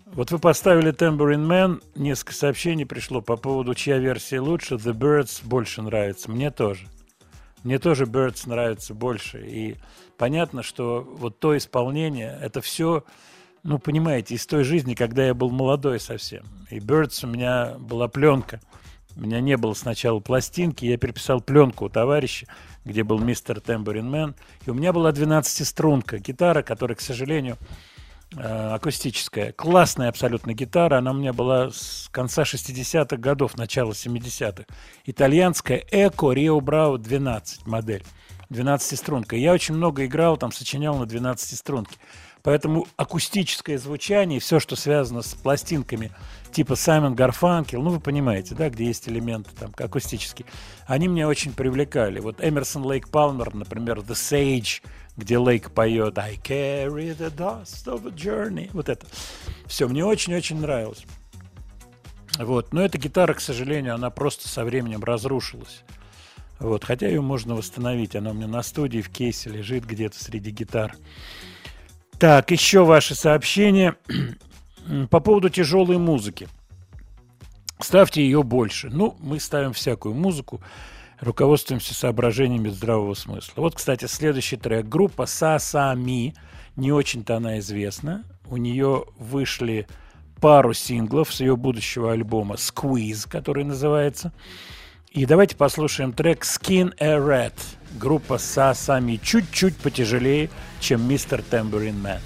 Вот вы поставили Tambourine Man, несколько сообщений пришло по поводу, чья версия лучше. The Birds больше нравится. Мне тоже. Мне тоже Birds нравится больше. И понятно, что вот то исполнение, это все, ну, понимаете, из той жизни, когда я был молодой совсем. И Birds у меня была пленка. У меня не было сначала пластинки, я переписал пленку у товарища, где был мистер Tambourine Man. И у меня была 12-струнка гитара, которая, к сожалению, акустическая. Классная абсолютно гитара. Она у меня была с конца 60-х годов, начала 70-х. Итальянская Eco Rio Bravo 12 модель. 12-струнка. Я очень много играл, там сочинял на 12-струнке. Поэтому акустическое звучание, все, что связано с пластинками типа Саймон Гарфанкел, ну, вы понимаете, да, где есть элементы там акустические, они меня очень привлекали. Вот Эмерсон Лейк Палмер, например, The Sage, где Лейк поет I carry the dust of a journey. Вот это. Все, мне очень-очень нравилось. Вот. Но эта гитара, к сожалению, она просто со временем разрушилась. Вот. Хотя ее можно восстановить. Она у меня на студии в кейсе лежит где-то среди гитар. Так, еще ваши сообщения по поводу тяжелой музыки. Ставьте ее больше. Ну, мы ставим всякую музыку, руководствуемся соображениями здравого смысла. Вот, кстати, следующий трек. Группа Сасами. Не очень-то она известна. У нее вышли пару синглов с ее будущего альбома Squeeze, который называется. И давайте послушаем трек Skin a Rat. Группа Сасами чуть-чуть потяжелее, чем мистер Tambourine Man.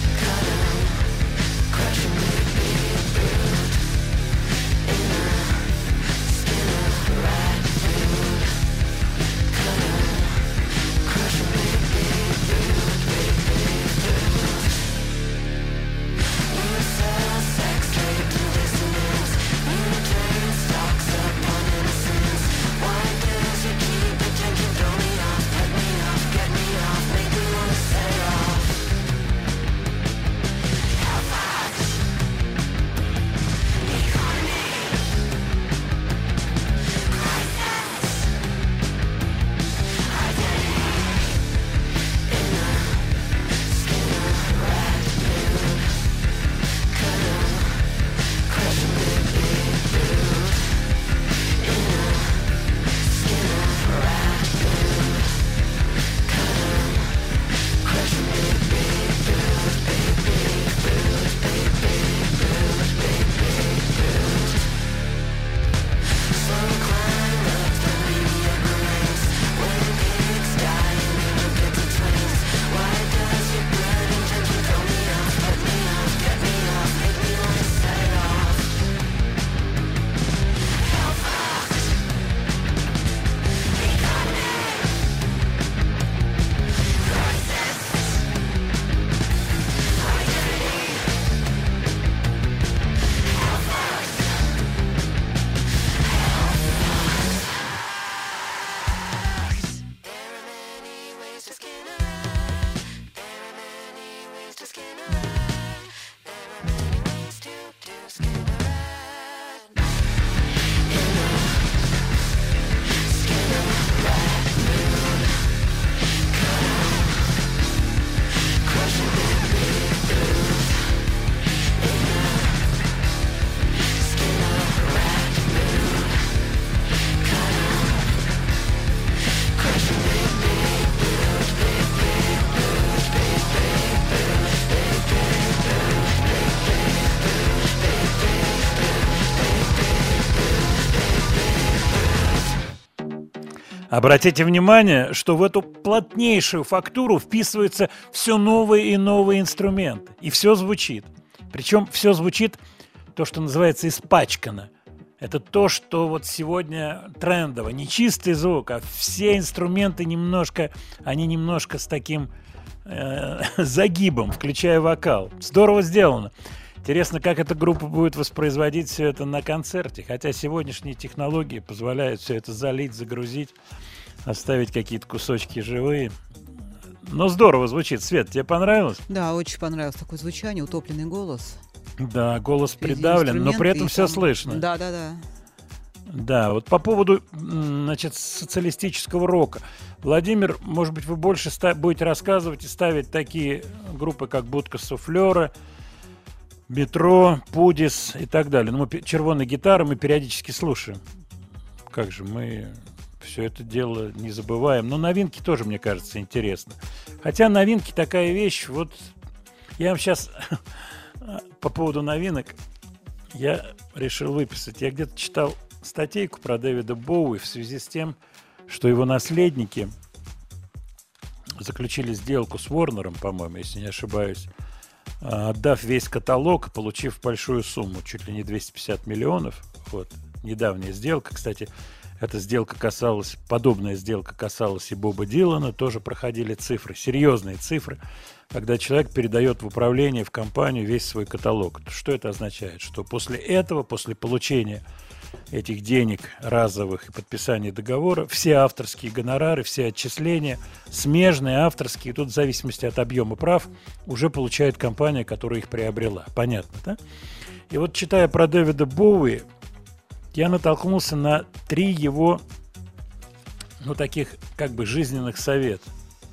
Обратите внимание, что в эту плотнейшую фактуру вписываются все новые и новые инструменты. И все звучит. Причем все звучит, то, что называется, испачкано. Это то, что вот сегодня трендово. Не чистый звук, а все инструменты немножко с таким загибом, включая вокал. Здорово сделано. Интересно, как эта группа будет воспроизводить все это на концерте. Хотя сегодняшние технологии позволяют все это залить, загрузить, оставить какие-то кусочки живые. Но здорово звучит. Свет, тебе понравилось? Да, очень понравилось такое звучание, утопленный голос. Да, голос придавлен, но при этом все там... слышно. Да. Да, вот по поводу, значит, социалистического рока. Владимир, может быть, вы больше будете рассказывать и ставить такие группы, как «Будка суфлера», метро, Пудис и так далее. Но «Червоная гитара» мы периодически слушаем. Как же мы все это дело не забываем. Но новинки тоже, мне кажется, интересны. Хотя новинки такая вещь. Вот я вам сейчас по поводу новинок я решил выписать. Я где-то читал статейку про Дэвида Боуи в связи с тем, что его наследники заключили сделку с Warner'ом, по-моему, если не ошибаюсь, отдав весь каталог, получив большую сумму, чуть ли не 250 миллионов. Вот. Недавняя сделка, кстати, эта сделка касалась, подобная сделка касалась и Боба Дилана, тоже проходили цифры, серьезные цифры, когда человек передает в управление, в компанию весь свой каталог. Что это означает? Что после этого, после получения этих денег разовых и подписания договора, все авторские гонорары, все отчисления, смежные, авторские, тут в зависимости от объема прав, уже получает компания, которая их приобрела. Понятно, да? И вот, читая про Дэвида Боуи, я натолкнулся на 3 его, таких как бы жизненных совета.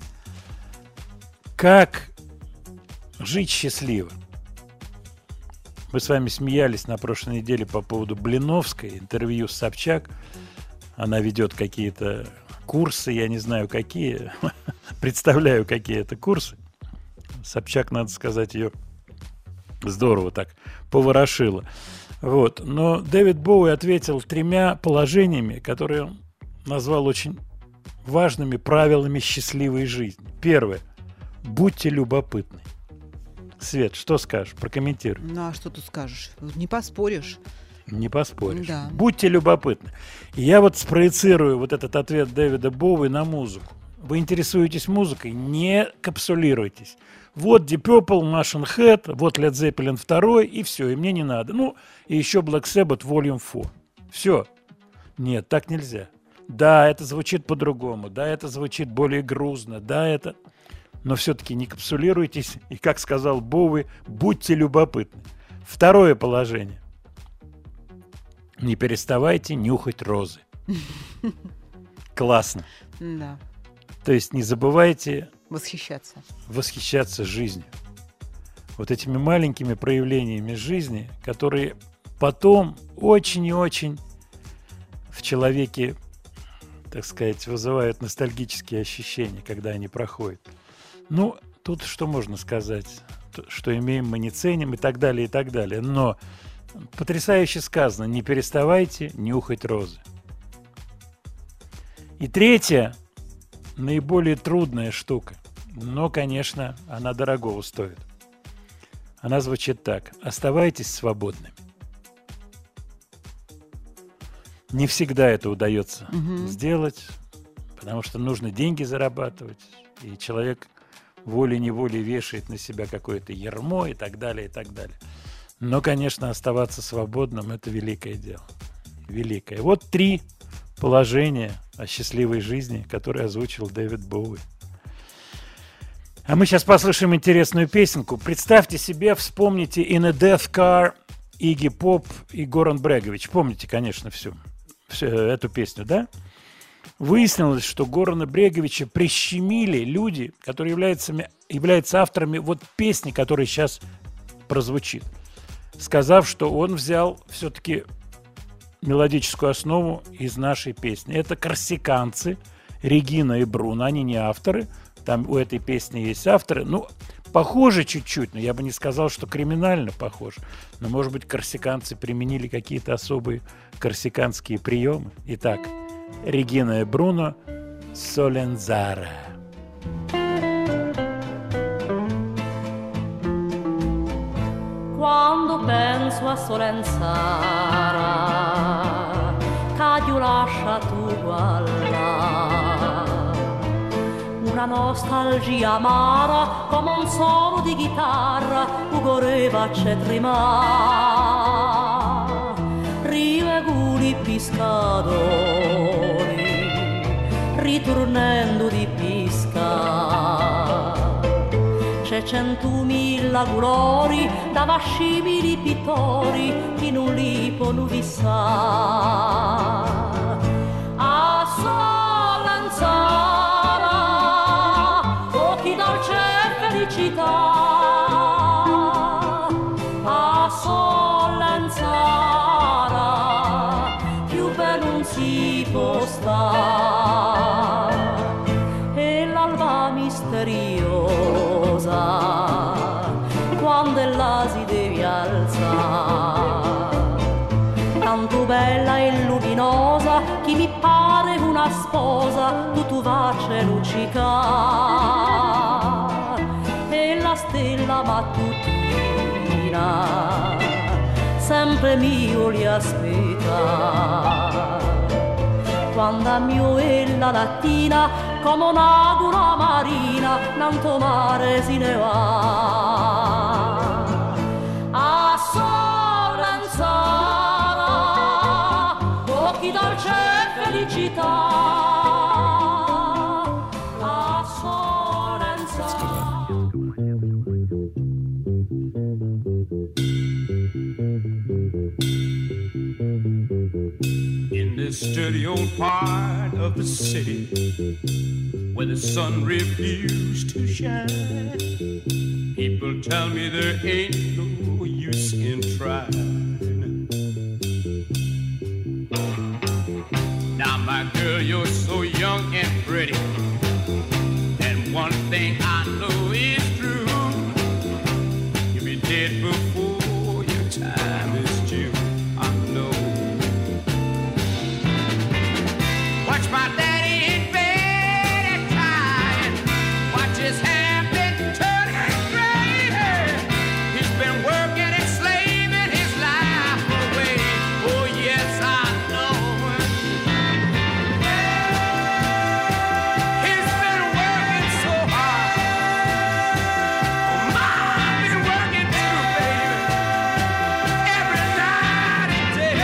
Как жить счастливо? Мы с вами смеялись на прошлой неделе по поводу Блиновской, интервью с Собчак. Она ведет какие-то курсы, я не знаю какие, представляю, какие это курсы. Собчак, надо сказать, ее здорово так поворошила. Вот. Но Дэвид Боуи ответил 3 положениями, которые он назвал очень важными правилами счастливой жизни. Первое. Будьте любопытны. Свет, что скажешь? Прокомментируй. Ну, а что тут скажешь? Не поспоришь. Не поспоришь. Да. Будьте любопытны. И я вот спроецирую вот этот ответ Дэвида Боуи на музыку. Вы интересуетесь музыкой? Не капсулируйтесь. Вот Deep Purple, Machine Head, вот Led Zeppelin 2, и все, и мне не надо. Ну, и еще Black Sabbath Volume 4. Все. Нет, так нельзя. Да, это звучит по-другому, да, это звучит более грузно, да, это... Но все-таки не капсулируйтесь, и, как сказал Боуи, будьте любопытны. Второе положение. Не переставайте нюхать розы. Классно. Да. То есть не забывайте Восхищаться. жизнью. Вот этими маленькими проявлениями жизни, которые потом очень и очень в человеке, так сказать, вызывают ностальгические ощущения, когда они проходят. Ну, тут что можно сказать? Что имеем, мы не ценим и так далее, и так далее. Но потрясающе сказано, не переставайте нюхать розы. И третья, наиболее трудная штука, но, конечно, она дорогого стоит. Она звучит так. Оставайтесь свободными. Не всегда это удается сделать, потому что нужно деньги зарабатывать, и человек волей-неволей вешает на себя какое-то ярмо и так далее, и так далее. Но, конечно, оставаться свободным – это великое дело. Великое. Вот 3 положения о счастливой жизни, которые озвучил Дэвид Боуи. А мы сейчас послушаем интересную песенку. Представьте себе, вспомните «In a Death Car», Игги Поп и Горан Брегович. Помните, конечно, всю эту песню, да? Выяснилось, что Горана Бреговича прищемили люди, которые являются авторами вот песни, которая сейчас прозвучит, сказав, что он взял все-таки мелодическую основу из нашей песни. Это корсиканцы, Регина и Бруно, они не авторы, там у этой песни есть авторы, ну, похоже чуть-чуть, но я бы не сказал, что криминально похоже, но, может быть, корсиканцы применили какие-то особые корсиканские приемы. Итак, Регина и Бруно, Солenzara. Quando penso a Solenzara, Cadio lascia tu una nostalgia amara come un solo di chitarra ugoreva c'è trima Rio e guli pescatori ritornando di pesca c'è 100.000 colori da vascibili pittori che non li possono fissare a Solenzara dolce felicità a tanto bella e luminosa, chi mi pare una sposa, tu vace luccica, e la stella mattutina sempre mio li aspetta. Quando a mio e la lattina, come un'agua marina, tanto mare si ne va. A Sorrenzana, occhi dolce e felicità. A Sorrenzana. In this dirty old part of the city where the sun refused to shine, people tell me there ain't no use in trying. Now my girl, you're so young and pretty, and one thing I know is true, you'll be dead before your time is due. I know. Watch my daddy in bed at time. Watch his hair been turning gray. He's been working and slaving his life away. Oh yes, I know. He's been working so hard. Mom been working too, baby. Every night and day.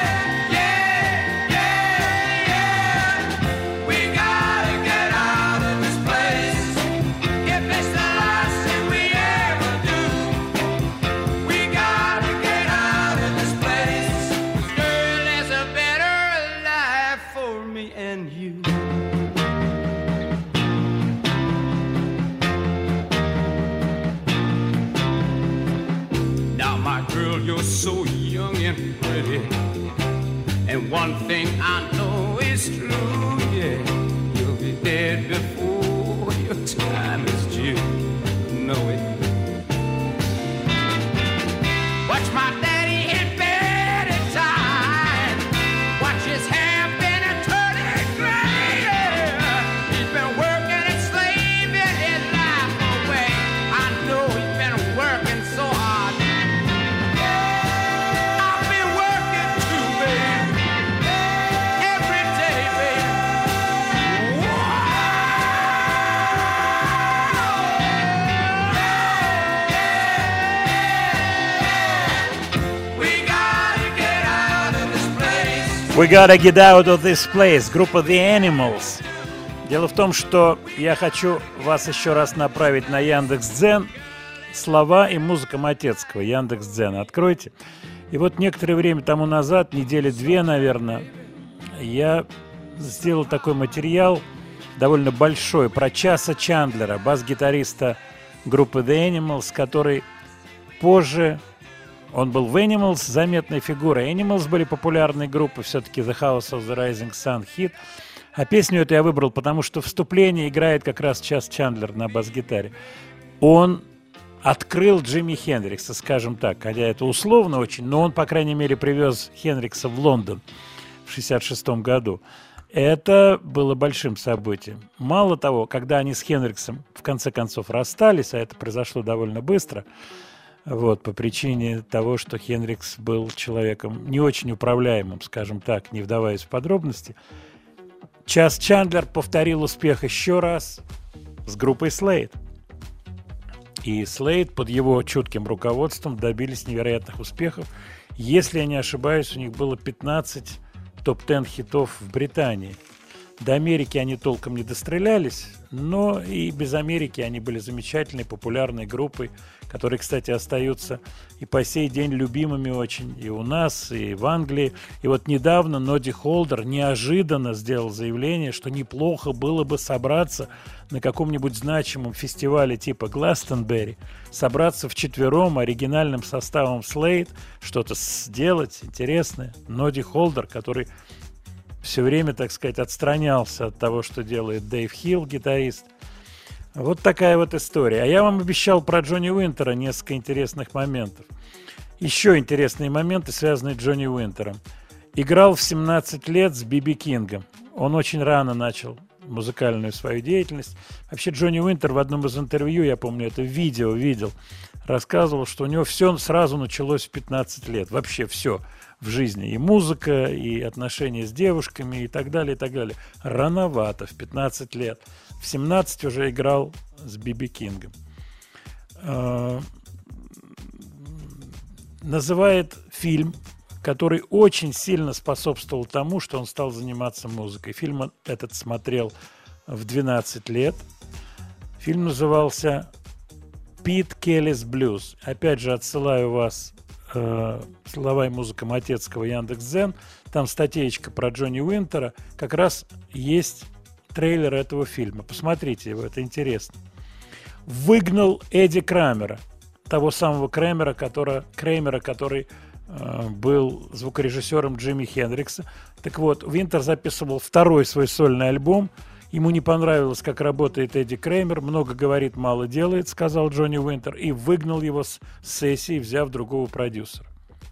We gotta get out of this place. If it's the last thing we ever do, we gotta get out of this place. Girl, there's a better life for me and you. Now, my girl, you're so young and pretty, and one thing I know is true, yeah, you'll be dead before your time is due. Know it. Watch my daddy in bed at time. Watch his hair been a turning gray. He's been working and slaving his life away. I know he's been working so hard. I've been working too, baby. Every day, baby. We gotta get out of this place. We gotta get out of this place. Группа The Animals. Дело в том, что я хочу вас еще раз направить на Яндекс.Дзен. Слова и музыка Матецкого. Яндекс.Дзен. Откройте. И вот некоторое время тому назад, недели две, наверное, я сделал такой материал, довольно большой, про Часа Чандлера, бас-гитариста группы The Animals, который позже, он был в Animals заметной фигурой. Animals были популярной группой, все-таки The House of the Rising Sun хит. А песню эту я выбрал, потому что вступление играет как раз Час Чандлер на бас-гитаре. Он открыл Джимми Хендрикса, скажем так, хотя это условно очень, но он, по крайней мере, привез Хендрикса в Лондон в 1966 году. Это было большим событием. Мало того, когда они с Хендриксом в конце концов расстались, а это произошло довольно быстро, вот, по причине того, что Хендрикс был человеком не очень управляемым, скажем так, не вдаваясь в подробности, Час Чандлер повторил успех еще раз с группой Slade. И Slade под его чутким руководством добились невероятных успехов. Если я не ошибаюсь, у них было 15 топ-10 хитов в Британии. До Америки они толком не дострелялись, но и без Америки они были замечательной, популярной группой, которые, кстати, остаются и по сей день любимыми очень и у нас, и в Англии. И вот недавно Ноди Холдер неожиданно сделал заявление, что неплохо было бы собраться на каком-нибудь значимом фестивале типа Гластонберри, собраться вчетвером оригинальным составом Slade, что-то сделать интересное. Ноди Холдер, который все время, так сказать, отстранялся от того, что делает Дэйв Хилл, гитарист. Вот такая вот история. А я вам обещал про Джонни Уинтера несколько интересных моментов. Еще интересные моменты, связанные с Джонни Уинтером. Играл в 17 лет с Би-Би Кингом. Он очень рано начал музыкальную свою деятельность. Вообще Джонни Уинтер в одном из интервью, я помню, это видео видел, рассказывал, что у него все сразу началось в 15 лет. Вообще все в жизни. И музыка, и отношения с девушками, и так далее, и так далее. Рановато, в 15 лет. В 17 уже играл с Би-Би Кингом. Называет фильм, который очень сильно способствовал тому, что он стал заниматься музыкой. Фильм он этот смотрел в 12 лет. Фильм назывался «Пит Келлис Блюз». Опять же, отсылаю вас слова и музыка Матецкого, Яндекс.Дзен. Там статейка про Джонни Уинтера. Как раз есть трейлер этого фильма. Посмотрите его, это интересно. Выгнал Эдди Крамера, того самого Крамера, который был звукорежиссером Джимми Хендрикса. Так вот, Уинтер записывал второй свой сольный альбом. Ему не понравилось, как работает Эдди Крамер. Много говорит, мало делает, сказал Джонни Уинтер. И выгнал его с сессии, взяв другого продюсера.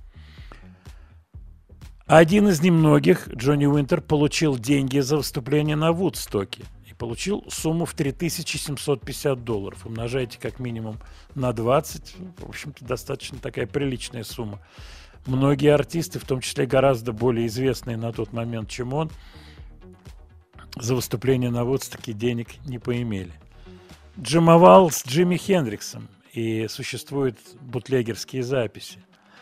Один из немногих, Джонни Уинтер, получил деньги за выступление на Вудстоке. И получил сумму в $3750. Умножайте как минимум на 20. В общем-то, достаточно такая приличная сумма. Многие артисты, в том числе гораздо более известные на тот момент, чем он, за выступление на Вудстоке денег не поимели. Джимовал с Джимми Хендриксом, и существуют бутлегерские записи.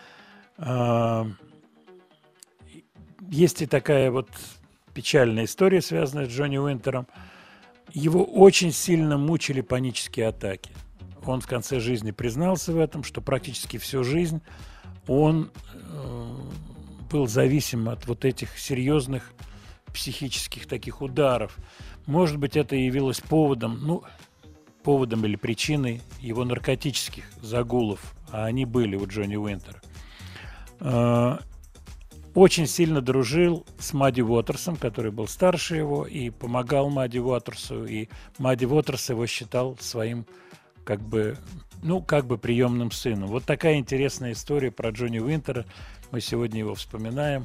Есть и такая вот печальная история, связанная с Джонни Уинтером. Его очень сильно мучили панические атаки. Он в конце жизни признался в этом, что практически всю жизнь он был зависим от вот этих серьезных психических таких ударов. Может быть, это явилось поводом или причиной его наркотических загулов, а они были у Джонни Уинтера. Очень сильно дружил с Мадди Уотерсом, который был старше его и помогал Мадди Уотерсу, и Мадди Уотерс его считал своим как бы приемным сыном. Вот такая интересная история про Джонни Уинтера. Мы сегодня его вспоминаем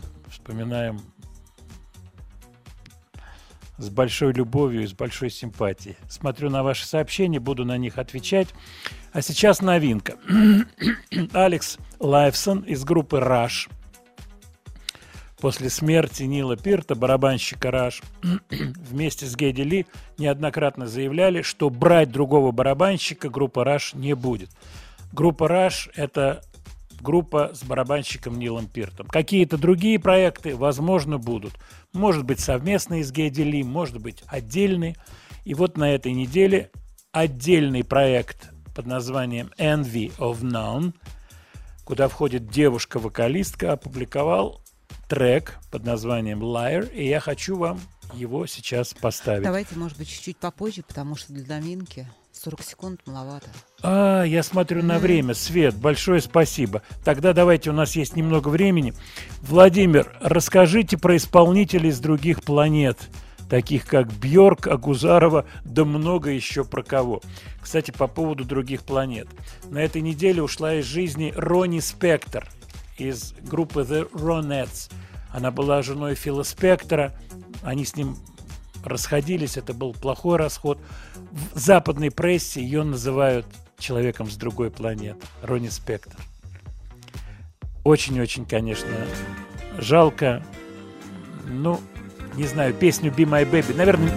с большой любовью и с большой симпатией. Смотрю на ваши сообщения, буду на них отвечать. А сейчас новинка. Алекс Лайфсон из группы Rush. После смерти Нила Пирта, барабанщика Rush, вместе с Гедди Ли неоднократно заявляли, что брать другого барабанщика группа Rush не будет. Группа Rush – это группа с барабанщиком Нилом Пиртом. Какие-то другие проекты, возможно, будут. Может быть, совместные с Гедди Ли, может быть, отдельные. И вот на этой неделе отдельный проект под названием Envy of None, куда входит девушка-вокалистка, опубликовал трек под названием Liar, и я хочу вам его сейчас поставить. Давайте, может быть, чуть-чуть попозже, потому что для новинки 40 секунд маловато. Я смотрю на время. Свет, большое спасибо. Тогда давайте, у нас есть немного времени. Владимир, расскажите про исполнителей с других планет, таких как Бьорк, Агузарова, да много еще про кого. Кстати, по поводу других планет. На этой неделе ушла из жизни Ронни Спектор из группы The Ronettes. Она была женой Фила Спектора. Они с ним расходились. Это был плохой расход. В западной прессе ее называют человеком с другой планеты. Ронни Спектор. Очень-очень, конечно, жалко. Не знаю, песню Be My Baby. Наверное...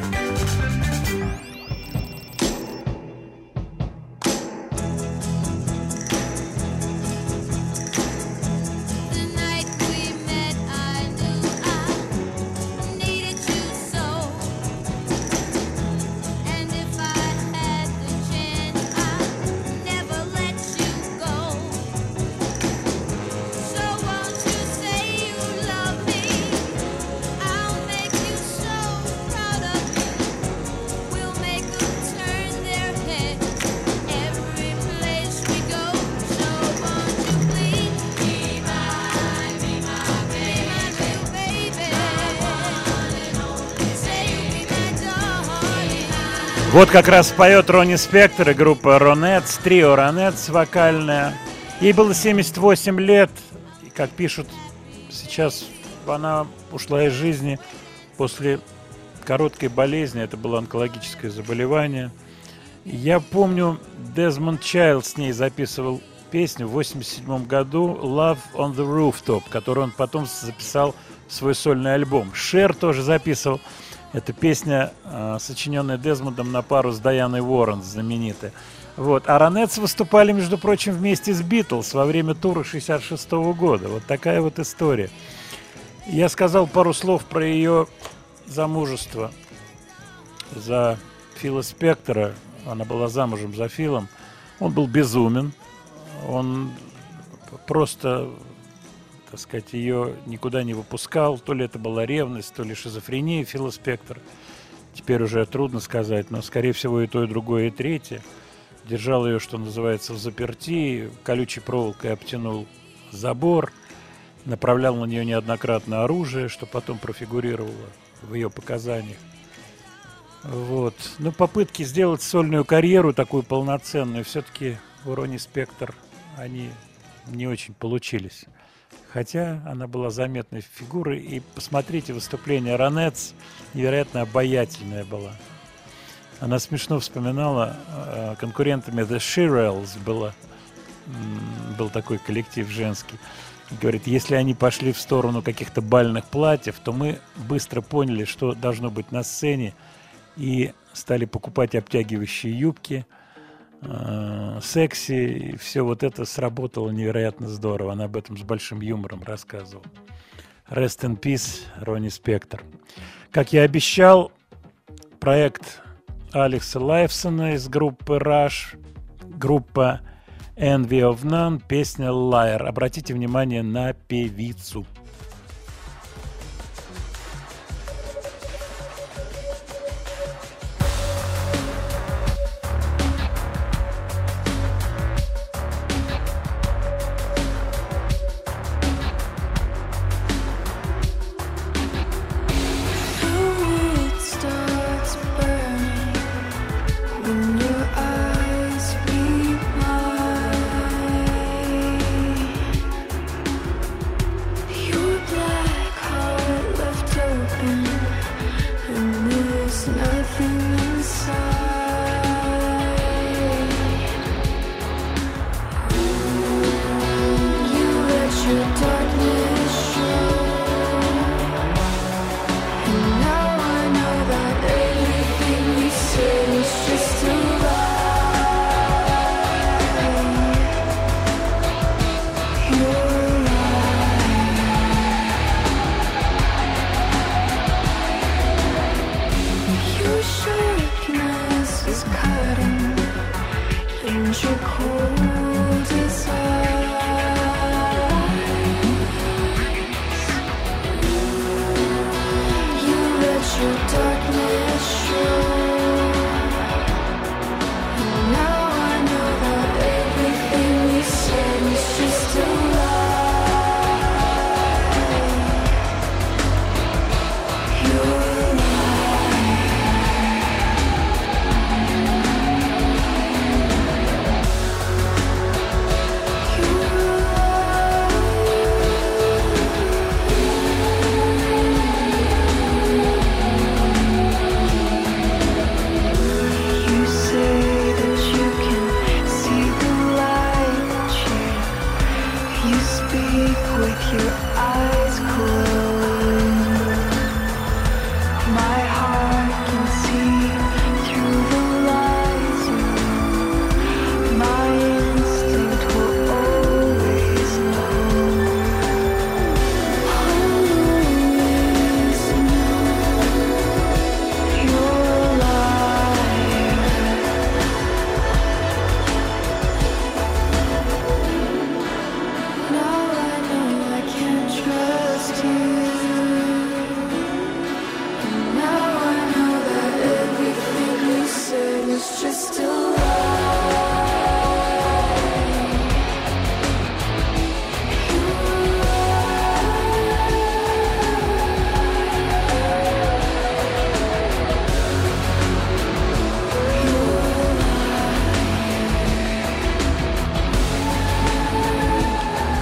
Вот как раз поет Ронни Спектор и группа Ronettes, трио Ronettes вокальная. Ей было 78 лет, и, как пишут сейчас она ушла из жизни после короткой болезни. Это было онкологическое заболевание. Я помню, Дезмонд Чайлд с ней записывал песню в 1987 году «Love on the Rooftop», которую он потом записал в свой сольный альбом. Шер тоже записывал. Это песня, сочиненная Дезмондом на пару с Дайаной Уоррен, знаменитая. Вот. А Ронетс выступали, между прочим, вместе с Битлз во время тура 1966 года. Вот такая вот история. Я сказал пару слов про ее замужество за Фила Спектора. Она была замужем за Филом. Он был безумен. Он просто, так сказать, ее никуда не выпускал. То ли это была ревность, то ли шизофрения Фила Спектора. Теперь уже трудно сказать, но, скорее всего, и то, и другое, и третье. Держал ее, что называется, в заперти, колючей проволокой обтянул забор, направлял на нее неоднократно оружие, что потом профигурировало в ее показаниях. Вот. Но попытки сделать сольную карьеру такую полноценную все-таки у Ронни Спектор они не очень получились. Хотя она была заметной фигурой. И посмотрите, выступление Ронетс невероятно обаятельная была. Она смешно вспоминала конкурентами The Shirelles был такой коллектив женский. Говорит, если они пошли в сторону каких-то бальных платьев, то мы быстро поняли, что должно быть на сцене, и стали покупать обтягивающие юбки, секси, и все вот это сработало невероятно здорово. Она об этом с большим юмором рассказывала. Rest in peace, Ронни Спектор. Как я обещал, проект Алекса Лайфсона из группы Rush, группа Envy of None, песня Liar. Обратите внимание на певицу.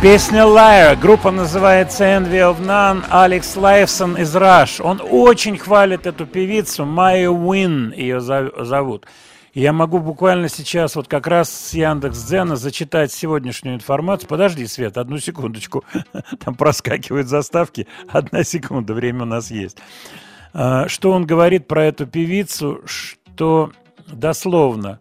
Песня Liar. Группа называется Envy of None. Алекс Лайфсон из Rush. Он очень хвалит эту певицу. Майя Уин ее зовут. И я могу буквально сейчас вот как раз с Яндекс.Дзена зачитать сегодняшнюю информацию. Подожди, Свет, одну секундочку. Там проскакивают заставки. 1 секунда, время у нас есть. Что он говорит про эту певицу, что дословно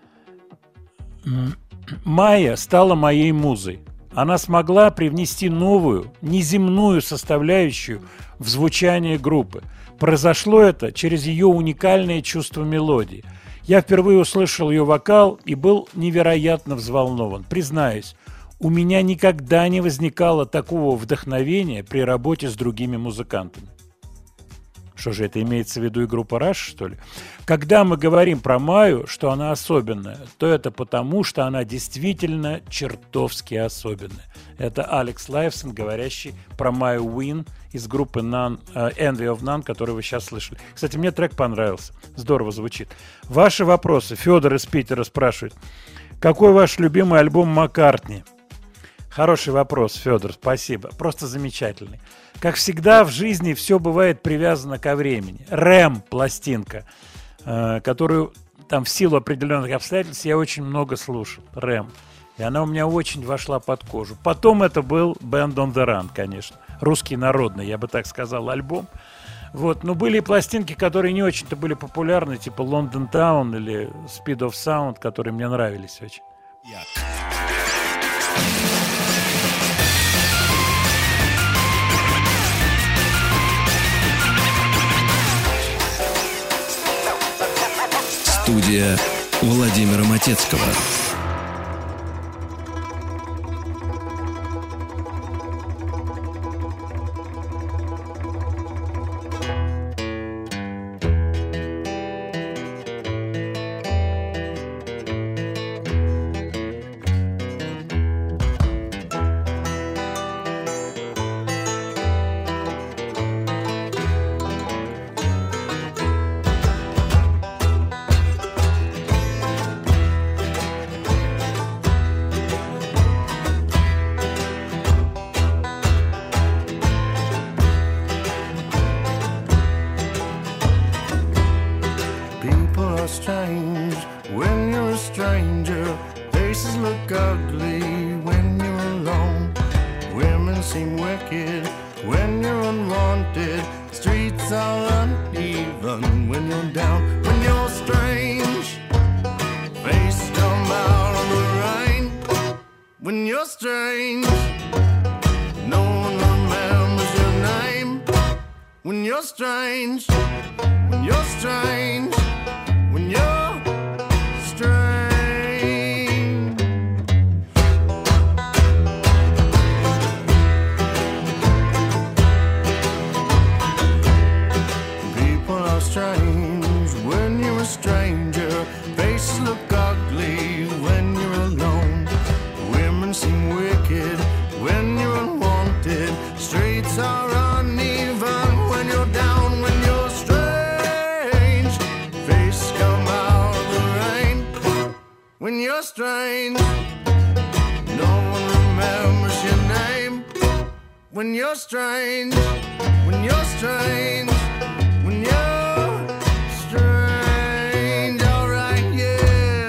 Майя стала моей музой. Она смогла привнести новую, неземную составляющую в звучание группы. Произошло это через ее уникальное чувство мелодии. Я впервые услышал ее вокал и был невероятно взволнован. Признаюсь, у меня никогда не возникало такого вдохновения при работе с другими музыкантами. Что же это, имеется в виду и группа Rush, что ли? Когда мы говорим про Майю, что она особенная, то это потому, что она действительно чертовски особенная. Это Алекс Лайфсон, говорящий про Майю Уин из группы Envy of None, которую вы сейчас слышали. Кстати, мне трек понравился. Здорово звучит. Ваши вопросы. Федор из Питера спрашивает. Какой ваш любимый альбом Маккартни? Хороший вопрос, Федор, спасибо. Просто замечательный. Как всегда в жизни все бывает привязано ко времени. Рэм пластинка, которую там в силу определенных обстоятельств я очень много слушал. Рэм. И она у меня очень вошла под кожу. Потом это был Band on the Run, конечно. Русский народный, я бы так сказал, альбом. Вот. Но были и пластинки, которые не очень-то были популярны, типа London Town или Speed of Sound, которые мне нравились очень. Студия Владимира Матецкого. Strange when you're a stranger. Faces look ugly when you're alone. Women seem wicked when you're unwanted. Streets are uneven when you're down. When you're strange, face come out of the rain. When you're strange, no one remembers your name. When you're strange, when you're strange. When you're strange, people are strange when you're a stranger. Faces look ugly when you're alone. Women seem wicked when you're unwanted. Streets are uneven when you're down. When you're strange, face come out of the rain. When you're strange, no one remembers your name. When you're strange, when you're strange, when you're strange, alright, yeah.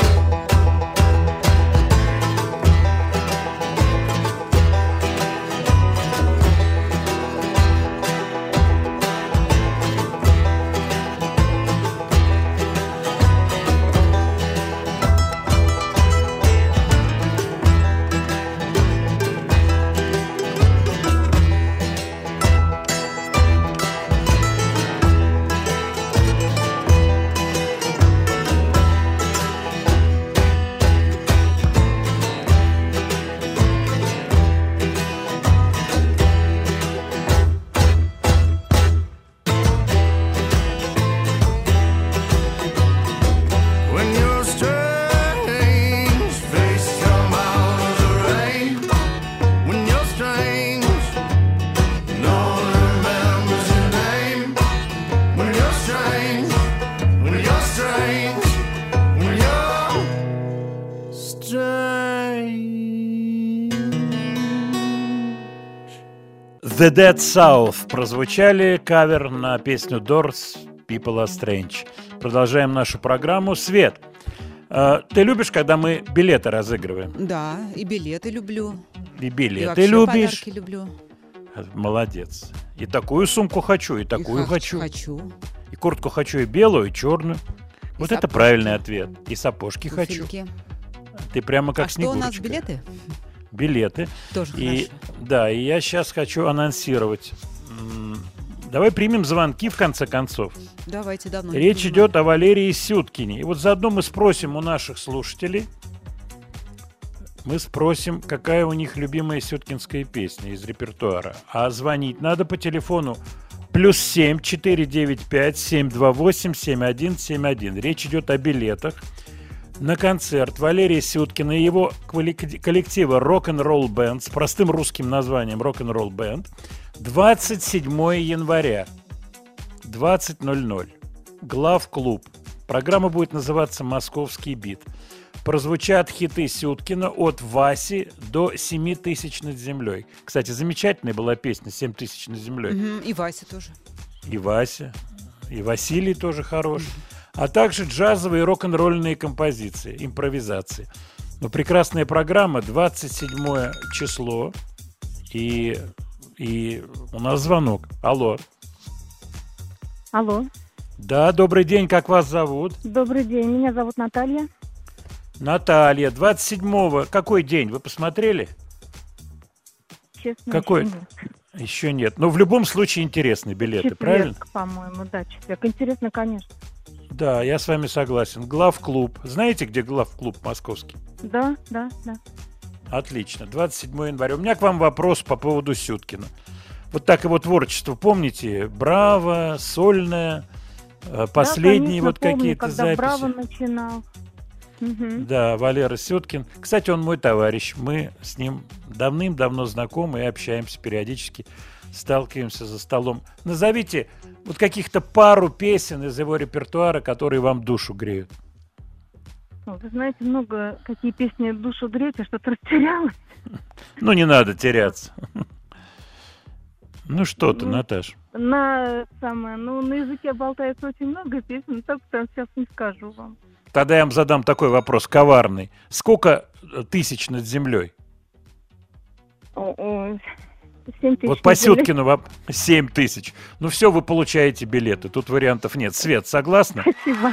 The Dead South прозвучали, кавер на песню Doors People Are Strange. Продолжаем нашу программу. Свет, ты любишь, когда мы билеты разыгрываем? Да, и билеты люблю. И И билеты вообще любишь? подарки люблю. Молодец. И такую сумку хочу, и такую хочу. Хочу. И куртку хочу, и белую, и черную. Вот это сапожки. правильный ответ. И сапожки хочу. Туфельки. Ты прямо как А что у Снегурочка. нас, билеты? Билеты. Тоже И, хорошо. да, и я сейчас хочу анонсировать. Давай примем звонки в конце концов. Давайте, давно. не Речь принимали. идет о Валерии Сюткине. И вот заодно мы спросим у наших слушателей, какая у них любимая сюткинская песня из репертуара. А звонить надо по телефону +7 495 728 7171. Речь идет о билетах на концерт Валерия Сюткина и его коллектива Rock'n'Roll Band с простым русским названием Rock'n'Roll Band 27 января 20:00. Главклуб. Программа будет называться «Московский бит». Прозвучат хиты Сюткина от «Васи» до «7 тысяч над землей». Кстати, замечательная была песня «7 тысяч над землей». Мгм, и Вася тоже. И Вася, и Василий тоже хорош. А также джазовые и рок-н-ролльные композиции, импровизации. Но прекрасная программа, 27 число. И у нас звонок. Алло. Алло. Да, добрый день, как вас зовут? Добрый день, меня зовут Наталья. Наталья, 27-го. Какой день? Вы посмотрели? Честно, Какой? еще нет. Еще нет. Но в любом случае интересные билеты, Четверг, правильно? по-моему, да, четверг. Интересно, конечно. Да, я с вами согласен. Главклуб. Знаете, где главклуб московский? Да. Отлично. 27 января. У меня к вам вопрос по поводу Сюткина. Вот так его творчество помните? «Браво», «Сольное», последние да, вот помню, какие-то когда записи. «Браво» начинал. Мгм. Да, Валера Сюткин. Кстати, он мой товарищ. Мы с ним давным-давно знакомы и общаемся периодически, сталкиваемся за столом. Назовите вот каких-то пару песен из его репертуара, которые вам душу греют. Вы знаете, много какие песни душу греют, я что-то растерялась. Ну, не надо теряться. Ну, что ты, Наташ? На языке болтается очень много песен, так прям сейчас не скажу вам. Тогда я вам задам такой вопрос, коварный. Сколько тысяч над землей? 7 тысяч. Вот по Сюткину 7 тысяч. Ну все, вы получаете билеты. Тут вариантов нет. Свет, согласна? Спасибо.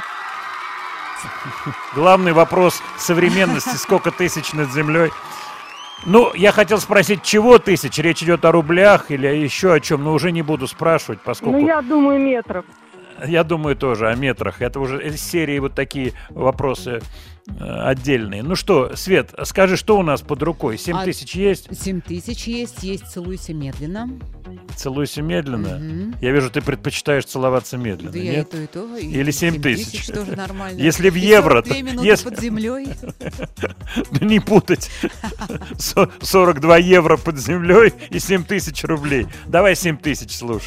Главный вопрос современности. Сколько тысяч над землей? Ну, я хотел спросить, чего тысяч? Речь идет о рублях или еще о чем? Но уже не буду спрашивать, поскольку... Ну, я думаю, метров. Я думаю тоже о метрах. Это уже из серии вот такие вопросы отдельные. Ну что, Свет, скажи, что у нас под рукой? 7 тысяч есть? 7 тысяч есть «Целуйся медленно». Целуйся медленно. Мгм. Я вижу, ты предпочитаешь целоваться медленно, Да я и нет? то, и то. И Или 7 тысяч. тоже нормально. Если в И евро, 42 то... минуты если- под землей. Да не путать. 42 евро под землей и 7 тысяч рублей. Давай 7 тысяч слушай.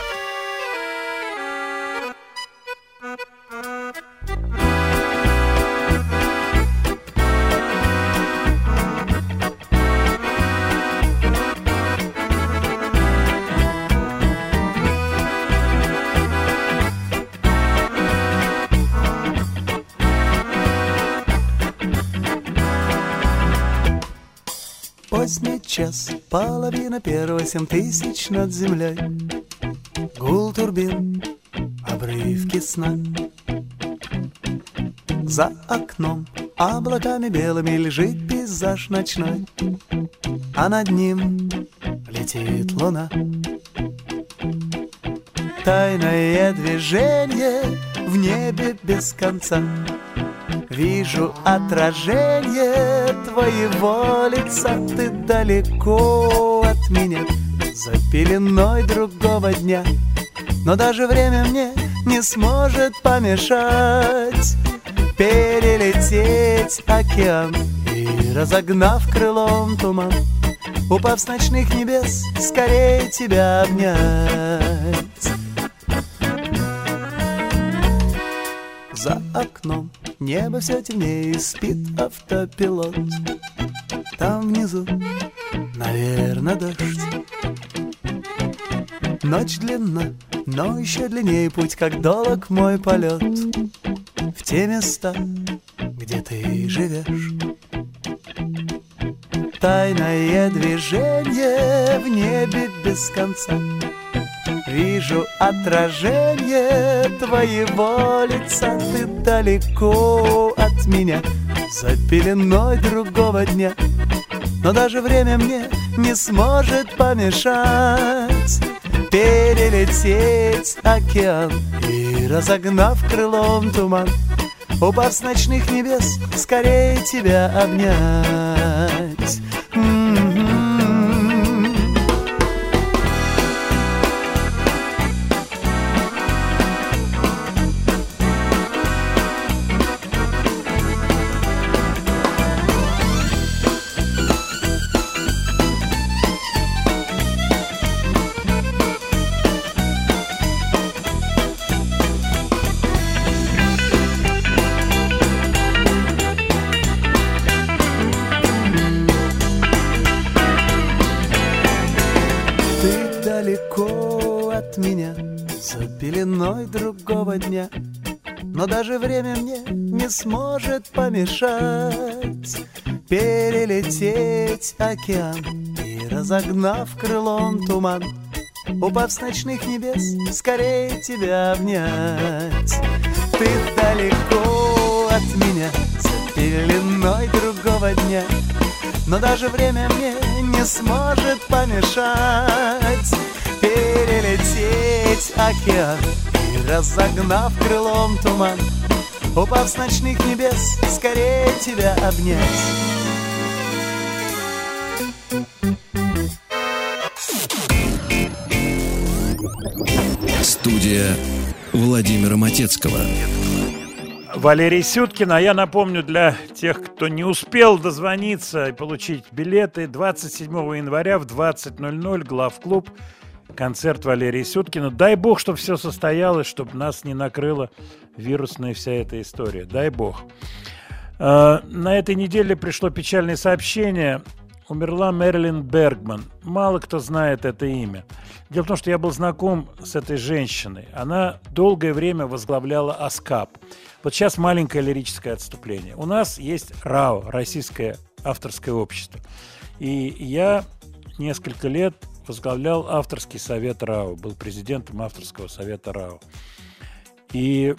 Поздний час, половина первого, 7 тысяч над землей. Гул турбин, обрывки сна. За окном облаками белыми лежит пейзаж ночной, а над ним летит луна. Тайное движение в небе без конца. Вижу отражение твоего лица. Ты далеко от меня, за пеленой другого дня. Но даже время мне не сможет помешать перелететь океан и, разогнав крылом туман, упав с ночных небес, скорее тебя обнять. За окном небо все темнее, спит автопилот. Там внизу, наверное, дождь. Ночь длинна, но еще длиннее путь, как долг мой полет в те места, где ты живешь. Тайное движение в небе без конца. Вижу отражение твоего лица. Ты далеко от меня, за пеленой другого дня. Но даже время мне не сможет помешать перелететь океан и, разогнав крылом туман, упав с ночных небес, скорее тебя обнять. Далеко от меня, за пеленой другого дня. Но даже время мне не сможет помешать перелететь океан и, разогнав крылом туман, упав с ночных небес, скорее тебя обнять. Ты далеко от меня, за пеленой другого дня. Но даже время мне не сможет помешать перелететь океан и, разогнав крылом туман, упав с ночных небес, скорее тебя обнять. Студия Владимира Матецкого. Валерий Сюткин, а я напомню для тех, кто не успел дозвониться и получить билеты, 27 января в 20:00 главклуб, концерт Валерия Сюткина. Дай бог, чтобы все состоялось, чтобы нас не накрыла вирусная вся эта история. Дай бог. На этой неделе пришло печальное сообщение. Умерла Мэрилин Бергман. Мало кто знает это имя. Дело в том, что я был знаком с этой женщиной. Она долгое время возглавляла АСКАП. Вот сейчас маленькое лирическое отступление. У нас есть РАО, Российское авторское общество. И я несколько лет возглавлял авторский совет РАО, был президентом авторского совета РАО. И,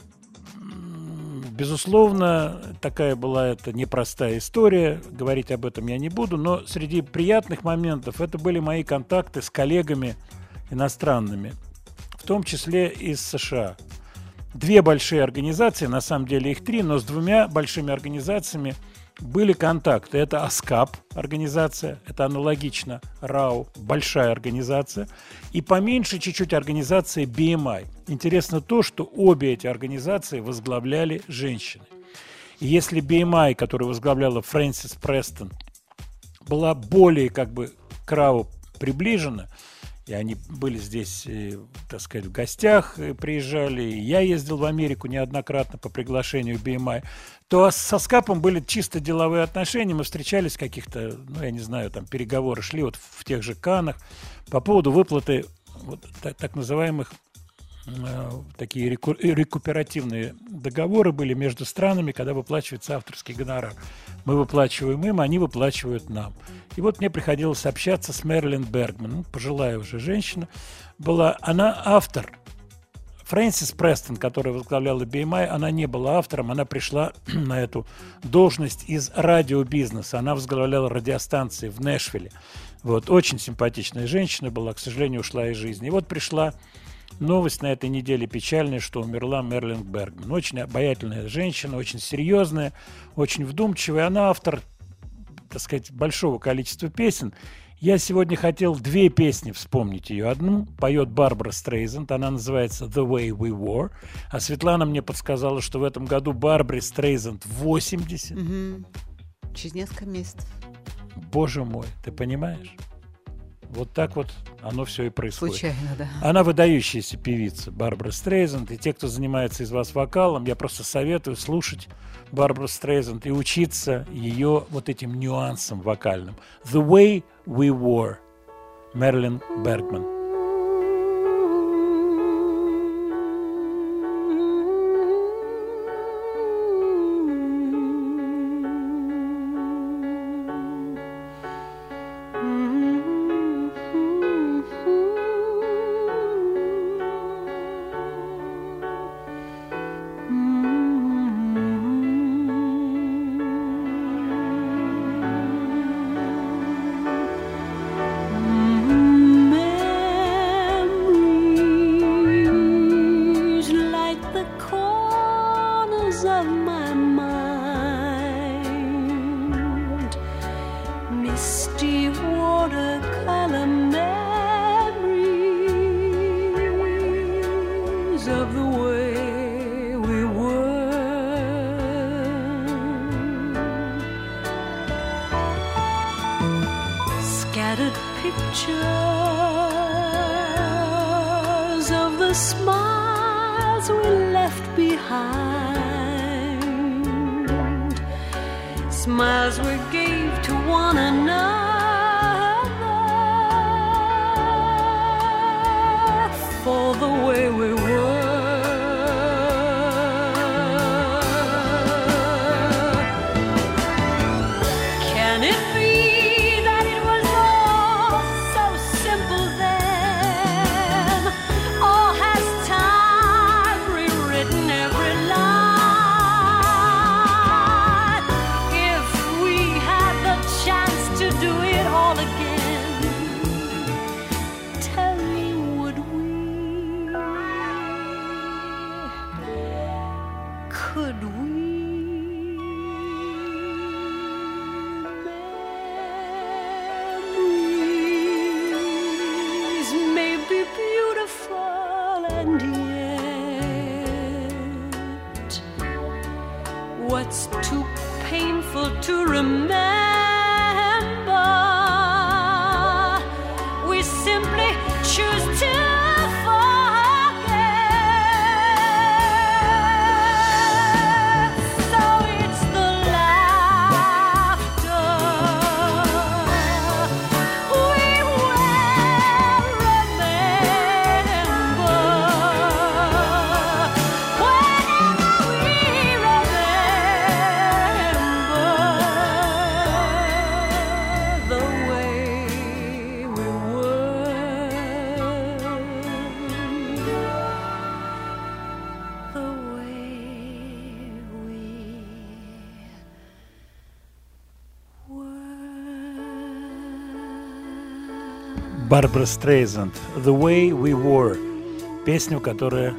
безусловно, такая была это непростая история, говорить об этом я не буду, но среди приятных моментов это были мои контакты с коллегами иностранными, в том числе из США. Две большие организации, на самом деле их три, но с двумя большими организациями были контакты. Это АСКАП организация, это аналогично РАО, большая организация, и поменьше чуть-чуть организация BMI. Интересно то, что обе эти организации возглавляли женщины. И если BMI, которую возглавляла Фрэнсис Престон, была более как бы к РАО приближена, и они были здесь, так сказать, в гостях, приезжали, и я ездил в Америку неоднократно по приглашению BMI, то со СКАПом были чисто деловые отношения, мы встречались в каких-то, я не знаю, там переговоры шли вот в тех же Каннах по поводу выплаты вот, так называемых такие рекуперативные договоры были между странами, когда выплачивается авторский гонорар. Мы выплачиваем им, они выплачивают нам. И вот мне приходилось общаться с Мэрилин Бергман, пожилая уже женщина была. Она автор. Фрэнсис Престон, которая возглавляла BMI, она не была автором, она пришла на эту должность из радиобизнеса. Она возглавляла радиостанции в Нэшвилле. Вот, очень симпатичная женщина была, к сожалению, ушла из жизни. И вот пришла новость на этой неделе печальная, что умерла Мэрилин Бергман. Очень обаятельная женщина, очень серьезная, очень вдумчивая. Она автор, так сказать, большого количества песен. Я сегодня хотел две песни вспомнить ее. Одну поет Барбара Стрейзанд, она называется «The Way We Were». А Светлана мне подсказала, что в этом году Барбаре Стрейзанд 80. Угу. Через несколько месяцев. Боже мой, ты понимаешь? Вот так вот оно все и происходит. Случайно, да. Она выдающаяся певица, Барбара Стрейзанд. И те, кто занимается из вас вокалом, я просто советую слушать Барбару Стрейзанд и учиться ее вот этим нюансам вокальным. The Way We Were. Мэрилин Бергман. shadows of the way we were. Scattered pictures of the smiles we left behind, smiles we gave to one another for the way we were. Can it be that it was all so simple then? Or has time rewritten every line? If we had the chance to do it all again, tell me, would we? Could we? Memories may be beautiful, and yet what's too painful to remember, we simply choose to forget. So it's the laughter we will remember. Whenever we remember the way we were, the way we Барбара Стрейзанд, «The Way We Were», песню, которая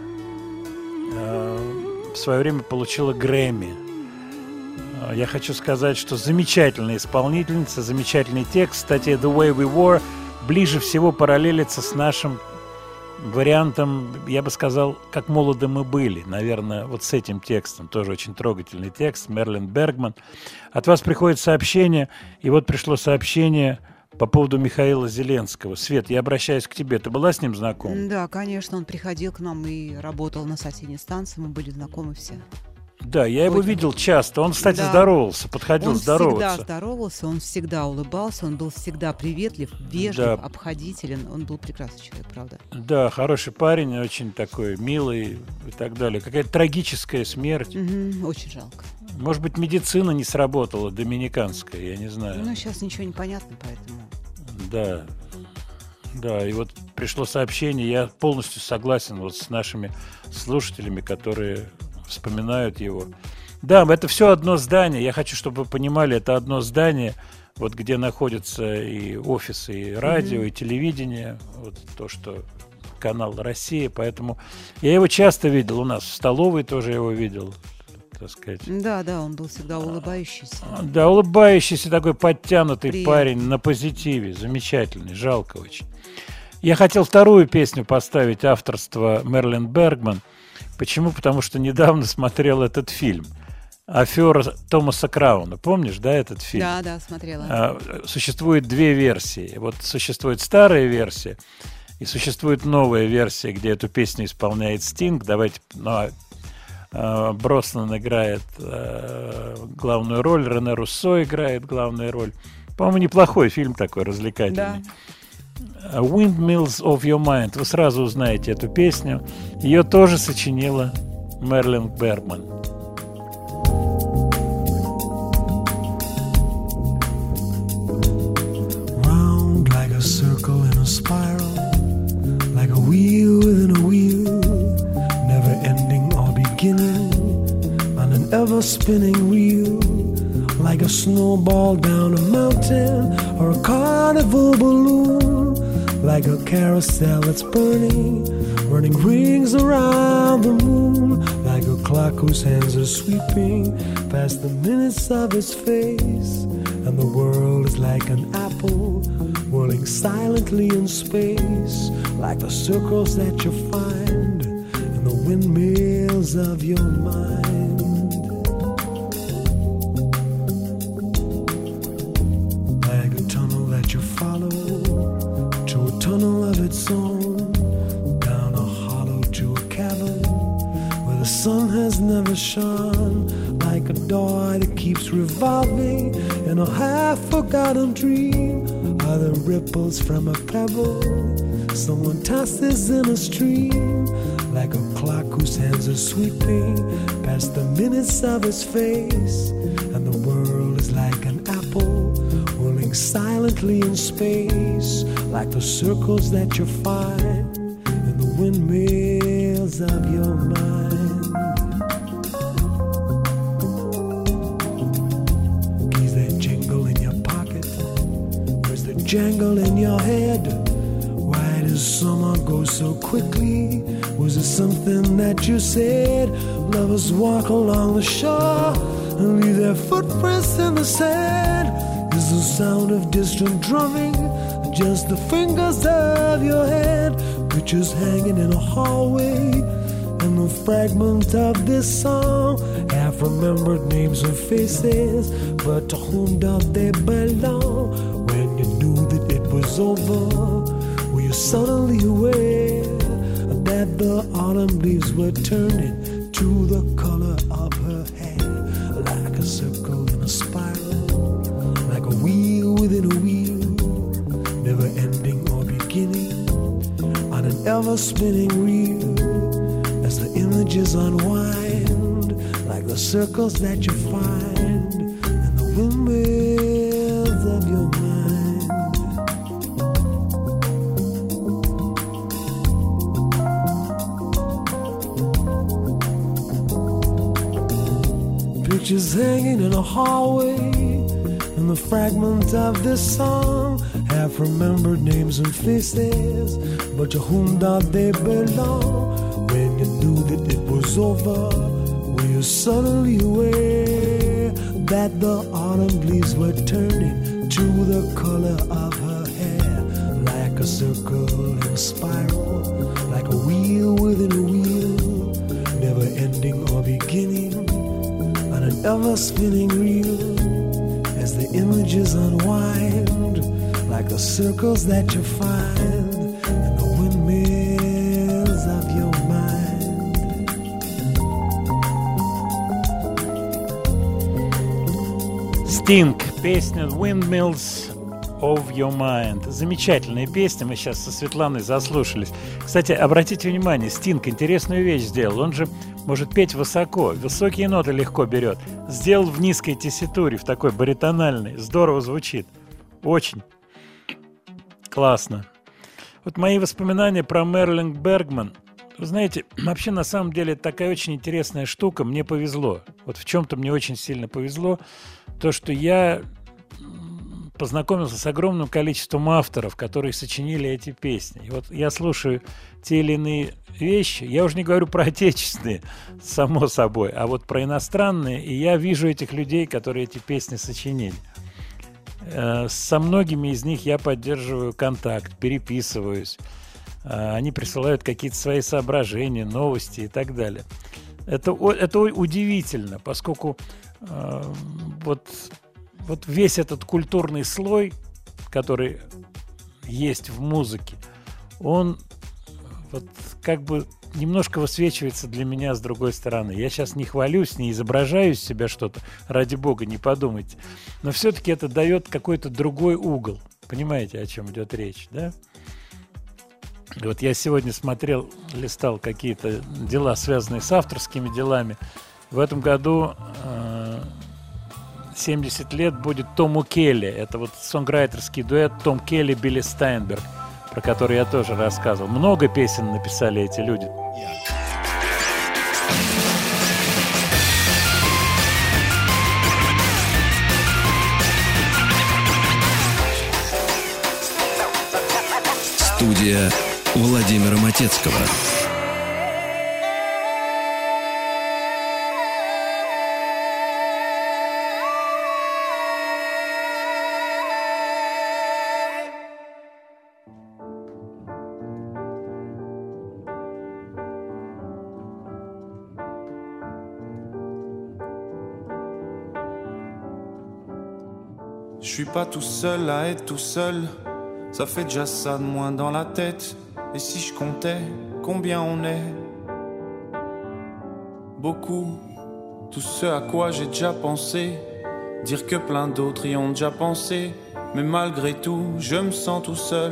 в свое время получила Грэмми. Я хочу сказать, что замечательная исполнительница, замечательный текст. Кстати, «The Way We Were» ближе всего параллелится с нашим вариантом, я бы сказал, «Как молоды мы были». Наверное, вот с этим текстом, тоже очень трогательный текст, Мерлин Бергман. От вас приходит сообщение, и вот пришло сообщение по поводу Михаила Зеленского. Свет, я обращаюсь к тебе. Ты была с ним знакома? Да, конечно, он приходил к нам и работал на соседней станции, мы были знакомы все. Да, я его видел часто. Он, кстати, здоровался, подходил здороваться. Он всегда здоровался, он всегда улыбался, он был всегда приветлив, вежлив, обходителен. Он был прекрасный человек, правда. Да, хороший парень, очень такой милый и так далее. Какая-то трагическая смерть. Очень жалко. Может быть, медицина не сработала, доминиканская, я не знаю. Ну, сейчас ничего не понятно, поэтому... Да. Да, и вот пришло сообщение, я полностью согласен вот с нашими слушателями, которые вспоминают его. Да, это все одно здание. Я хочу, чтобы вы понимали, это одно здание, вот где находятся и офисы, и радио, и телевидение. Вот то, что канал «Россия». Поэтому я его часто видел у нас. В столовой тоже его видел, так сказать. Да, он был всегда улыбающийся. Да, улыбающийся такой подтянутый парень на позитиве. Замечательный, жалко очень. Я хотел вторую песню поставить авторства Мерлин Бергман. Почему? Потому что недавно смотрел этот фильм «Афера Томаса Крауна». Помнишь, да, этот фильм? Да, смотрела. Существует две версии. Вот существует старая версия и существует новая версия, где эту песню исполняет Стинг. Давайте... Броснан играет главную роль, Рене Руссо играет главную роль. По-моему, неплохой фильм такой, развлекательный. Да. Windmills of Your Mind. Вы сразу узнаете эту песню. Ее тоже сочинила Мерлин Бергман. Round like a circle in a spiral, like a wheel within a wheel, never ending or beginning on an ever-spinning wheel, like a snowball down a mountain or a carnival balloon, like a carousel that's burning, running rings around the moon, like a clock whose hands are sweeping past the minutes of its face, and the world is like an apple whirling silently in space, like the circles that you find in in the windmills of your mind. Like a tunnel that you follow to a tunnel of its own, down a hollow to a cavern where the sun has never shone. Like a door that keeps revolving in a half-forgotten dream, are the ripples from a pebble someone tosses in a stream. Like a clock whose hands are sweeping past the minutes of his face, and the world is like an apple whirling silently in space. Like the circles that you find in the windmills of your mind. Keys that jingle in your pocket, words that jangle in your head. Why does summer go so quickly? Was it something that you said? Lovers walk along the shore and leave their footprints in the sand. Is the sound of distant drumming just the fingers of your hand? Pictures hanging in a hallway, and the fragment of this song, half-remembered names and faces, but to whom do they belong? When you knew that it was over, were you suddenly aware that the autumn leaves were turning to the color of her hair? Like a circle in a spiral, like a wheel within a wheel, never ending or beginning, on an ever-spinning reel, as the images unwind, like the circles that you find in the windmills of your mind. Pictures hanging in a hallway, and the fragment of this song, half-remembered names and faces, but to whom do they belong? When you knew that it was over, were you suddenly aware that the autumn leaves were turning to the color of her hair? Like a circle in a spiral, like a wheel within a wheel, never ending or beginning, on an ever-spinning reel, as the images unwind, like the circles that you find in the windmills of your mind. Sting, песня Windmills of Your Mind. Замечательная песня, мы сейчас со Светланой заслушались. Кстати, обратите внимание, Стинг интересную вещь сделал. Он же может петь высоко, высокие ноты легко берет. Сделал в низкой тесситуре, в такой баритональной. Здорово звучит. Очень классно. Вот мои воспоминания про Мерлин Бергман. Вы знаете, вообще на самом деле это такая очень интересная штука. Мне повезло. Вот в чем-то мне очень сильно повезло. То, что я познакомился с огромным количеством авторов, которые сочинили эти песни. И вот я слушаю те или иные вещи, я уже не говорю про отечественные, само собой, а вот про иностранные, и я вижу этих людей, которые эти песни сочинили. Со многими из них я поддерживаю контакт, переписываюсь. Они присылают какие-то свои соображения, новости и так далее. Это удивительно, поскольку вот весь этот культурный слой, который есть в музыке, он вот как бы немножко высвечивается для меня с другой стороны. Я сейчас не хвалюсь, не изображаю из себя что-то, ради бога, не подумайте. Но все-таки это дает какой-то другой угол. Понимаете, о чем идет речь, да? И вот я сегодня смотрел, листал какие-то дела, связанные с авторскими делами. В этом году 70 лет будет Тому Келли. Это вот сонграйтерский дуэт Том Келли, Билли Стайнберг, про который я тоже рассказывал. Много песен написали эти люди. Студия Владимира Матецкого. Je suis pas tout seul à être tout seul, ça fait déjà ça de moins dans la tête. Et si je comptais combien on est? Beaucoup, tout ce à quoi j'ai déjà pensé, dire que plein d'autres y ont déjà pensé, mais malgré tout, je me sens tout seul.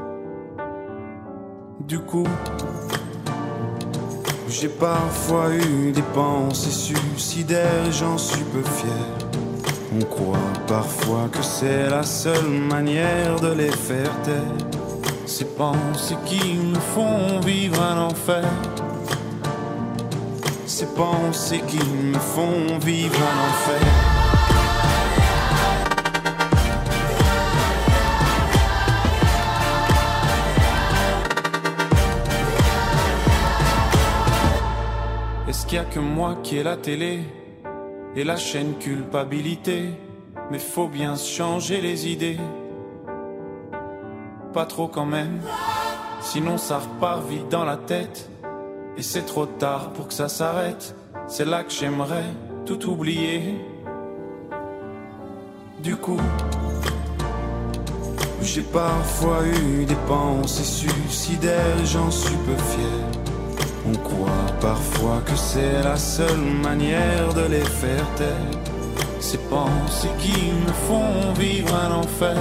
Du coup, j'ai parfois eu des pensées suicidaires et j'en suis peu fier. On croit parfois que c'est la seule manière de les faire taire. Ces pensées qui me font vivre un enfer. Ces pensées qui me font vivre un enfer. Est-ce qu'il y a que moi qui ai la télé et la chaîne culpabilité? Mais faut bien se changer les idées. Pas trop quand même, sinon ça repart vite dans la tête. Et c'est trop tard pour que ça s'arrête. C'est là que j'aimerais tout oublier. Du coup, j'ai parfois eu des pensées suicidaires et j'en suis peu fier. On croit parfois que c'est la seule manière de les faire taire. Ces pensées qui me font vivre un enfer.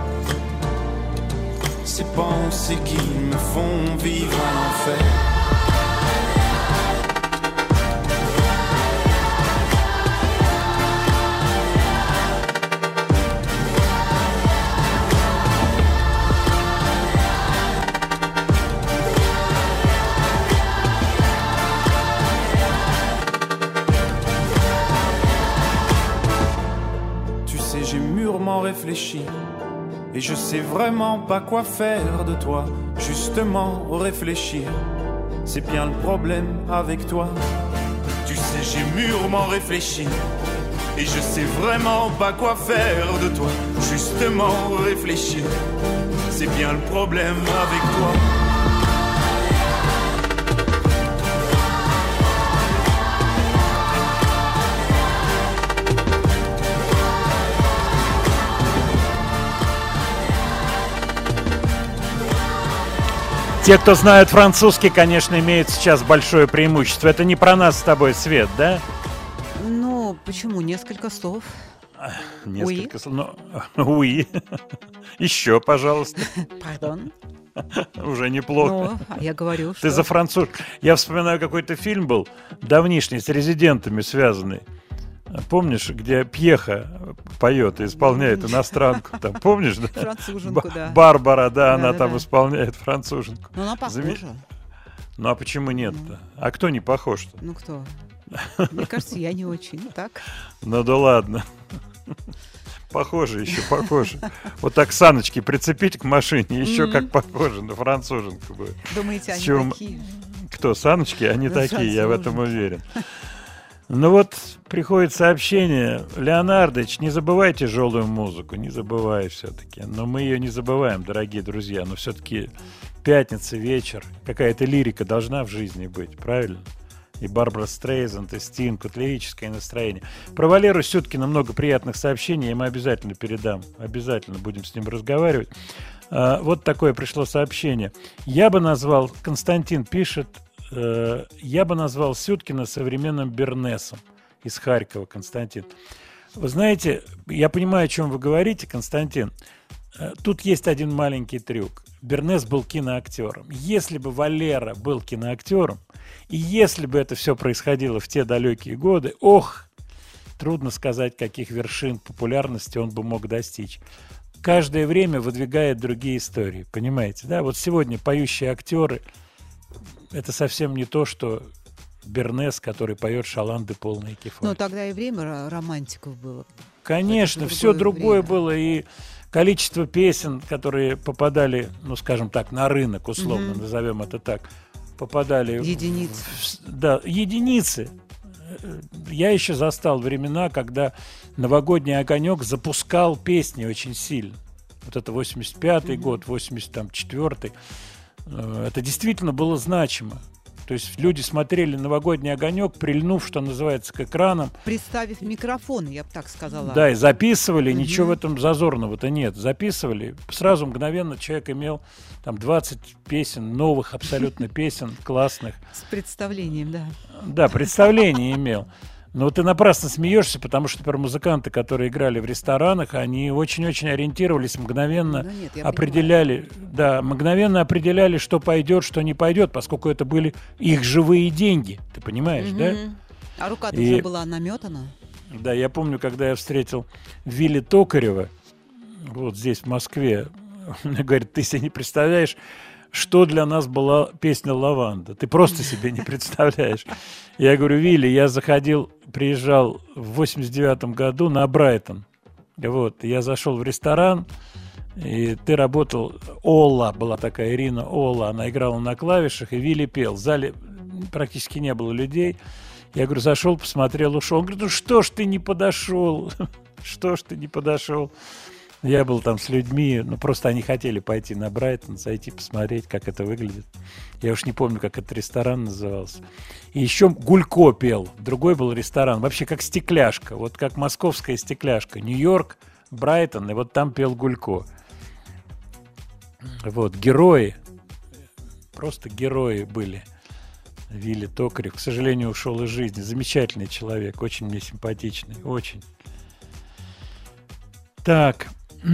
Ces pensées qui me font vivre un enfer. Tu sais, j'ai mûrement réfléchi. Et je sais vraiment pas quoi faire de toi. Justement, réfléchir, c'est bien le problème avec toi. Tu sais, j'ai mûrement réfléchi. Et je sais vraiment pas quoi faire de toi. Justement, réfléchir, c'est bien le problème avec toi. Те, кто знают французский, конечно, имеют сейчас большое преимущество. Это не про нас с тобой, Свет, да? Ну, почему? Несколько слов. Несколько слов. Уи. Еще, пожалуйста. Пардон. Уже неплохо. Ну, я говорю, что... Ты за француз. Я вспоминаю, какой-то фильм был давнишний, с резидентами связанный. Помнишь, где Пьеха поет и исполняет иностранку? Там, помнишь, да? Француженку, да. Барбара, да, она там исполняет француженку. Ну, она похожа. Ну, а почему нет-то? А кто не похож-то? Ну, кто? Мне кажется, я не очень, так? Ну, да ладно. Похоже еще, похоже. Вот так саночки прицепить к машине, еще как похоже на француженку будет. Думаете, они такие? Кто, саночки? Они такие, я в этом уверен. Ну вот приходит сообщение: Леонардович, не забывай тяжелую музыку, не забывай все-таки. Но мы ее не забываем, дорогие друзья. Но все-таки пятница, вечер, какая-то лирика должна в жизни быть, правильно? И Барбара Стрейзанд, и Стинг, лирическое настроение. Про Валеру Сюткина много приятных сообщений, я ему обязательно передам. Обязательно будем с ним разговаривать. Вот такое пришло сообщение. Я бы назвал, Константин пишет, я бы назвал Сюткина современным Бернесом из Харькова, Константин. Вы знаете, я понимаю, о чем вы говорите, Константин. Тут есть один маленький трюк. Бернес был киноактером. Если бы Валера был киноактером, и если бы это все происходило в те далекие годы, трудно сказать, каких вершин популярности он бы мог достичь. Каждое время выдвигает другие истории, понимаете, да? Вот сегодня поющие актеры — это совсем не то, что Бернес, который поет шаланды полные кефали. Ну, тогда и время романтиков было. Конечно, все другое было, и количество песен, которые попадали, ну, скажем так, на рынок, условно, назовем это так, попадали... Единицы. Да, единицы. Я еще застал времена, когда «Новогодний огонек» запускал песни очень сильно. Вот это 85-й год, 84-й. Это действительно было значимо. То есть люди смотрели «Новогодний огонек», прильнув, что называется, к экранам. Представив микрофон, я бы так сказала. Да, и записывали, ничего в этом зазорного-то нет. Записывали, сразу мгновенно человек имел там 20 песен, новых абсолютно песен, классных. С представлением, да. Да, представление имел. Но ты напрасно смеешься, потому что, например, музыканты, которые играли в ресторанах, они очень-очень ориентировались, мгновенно определяли, мгновенно определяли, что пойдет, что не пойдет, поскольку это были их живые деньги. Ты понимаешь, да? А рука-то уже была наметана. Да, я помню, когда я встретил Вилли Токарева, вот здесь, в Москве, он мне говорит: ты себе не представляешь, что для нас была песня «Лаванда». Ты просто себе не представляешь. Я говорю: Вилли, я приезжал в 89-м году на Брайтон. Вот, я зашел в ресторан, и ты работал, Ола была такая, Ирина Ола, она играла на клавишах, и Вилли пел. В зале практически не было людей. Я говорю: зашел, посмотрел, ушел. Он говорит: ну что ж ты не подошел? Что ж ты не подошел? Я был там с людьми, просто они хотели пойти на Брайтон, зайти посмотреть, как это выглядит. Я уж не помню, как этот ресторан назывался. И еще Гулько пел, другой был ресторан, вообще как стекляшка, вот как московская стекляшка. Нью-Йорк, Брайтон, и вот там пел Гулько. Вот, герои, просто герои были. Вилли Токарев, к сожалению, ушел из жизни. Замечательный человек, очень мне симпатичный, очень. Так,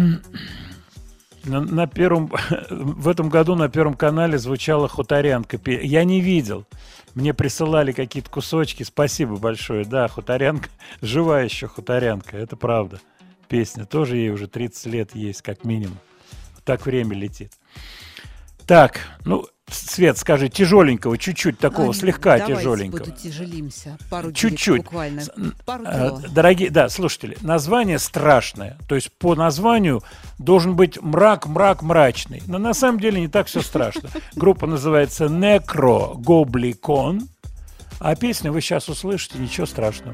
в этом году на Первом канале звучала «Хуторянка». Я не видел. Мне присылали какие-то кусочки. Спасибо большое. Да, «Хуторянка». Жива еще «Хуторянка». Это правда. Песня. Тоже ей уже 30 лет есть, как минимум. Так время летит. Так, Свет, скажи, тяжеленького, чуть-чуть такого, слегка тяжеленького. Давайте потяжелимся. Пару чуть-чуть. Буквально. Пару кило. Дорогие, слушатели, название страшное. То есть по названию должен быть мрачный. Но на самом деле не так все страшно. Группа называется Necrogoblikon. А песню вы сейчас услышите, ничего страшного.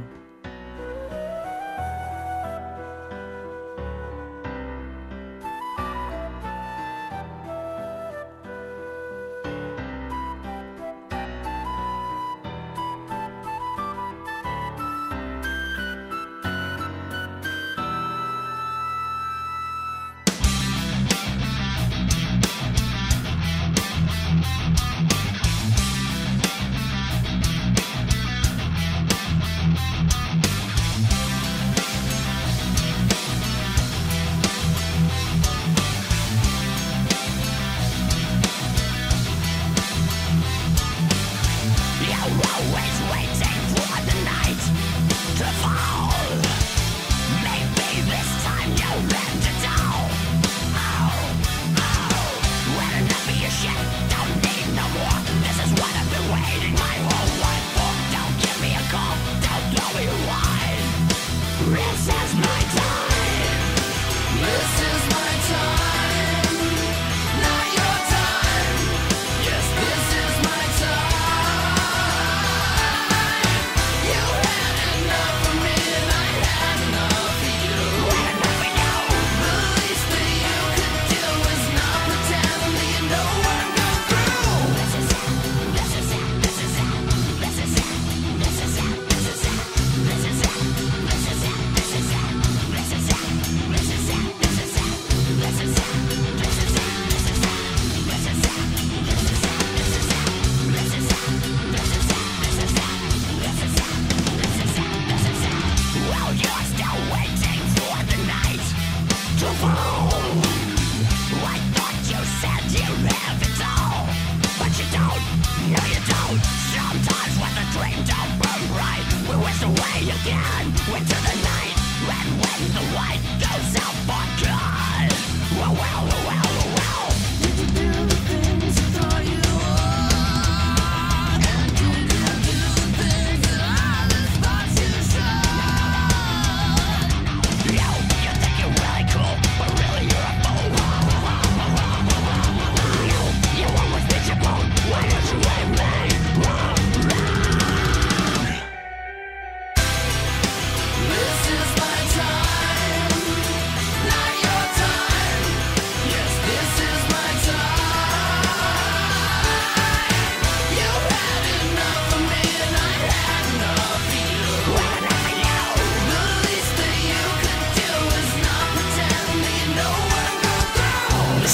This is my time, not your time.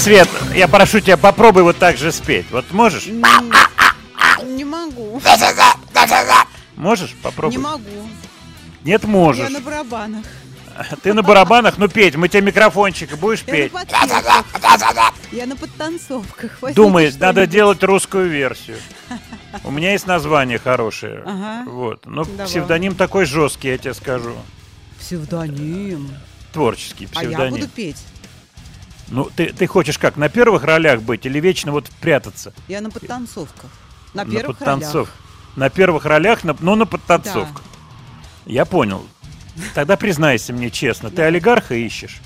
Свет, я прошу тебя, попробуй вот так же спеть. Вот можешь? Не могу. Можешь? Попробуй. Не могу. Нет, можешь. Я на барабанах. Ты на барабанах? Ну, петь. Мы тебе микрофончик будешь петь? Я на подтанцовках. Думай, надо делать русскую версию. У меня есть название хорошее. Ага. Вот. Но Давай. псевдоним такой жесткий, я тебе скажу. Псевдоним. Творческий псевдоним. А я буду петь. Ну, ты хочешь как, на первых ролях быть или вечно вот прятаться? Я на подтанцовках. На первых подтанцов... ролях. На первых ролях, но на подтанцовках. Да. Я понял. Тогда признайся мне честно, ты олигарха ищешь?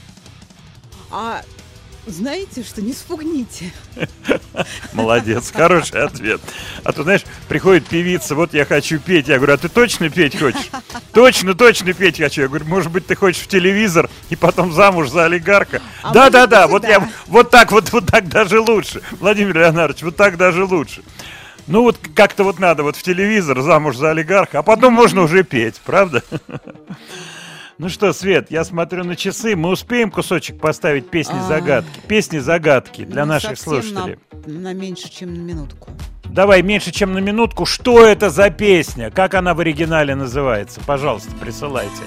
А знаете, что не спугните. Молодец, хороший ответ. А то, знаешь, приходит певица, вот я хочу петь. Я говорю, а ты точно петь хочешь? Точно петь хочу. Я говорю, может быть, ты хочешь в телевизор и потом замуж за олигарха? Да, вот я вот так даже лучше. Владимир Леонардович, вот так даже лучше. Ну вот как-то вот надо вот в телевизор замуж за олигарха, а потом можно уже петь, правда? Ну что, Свет, я смотрю на часы, мы успеем кусочек поставить песни-загадки? Песни-загадки для наших слушателей. На меньше, чем на минутку. Давай, меньше, чем на минутку. Что это за песня? Как она в оригинале называется? Пожалуйста, присылайте.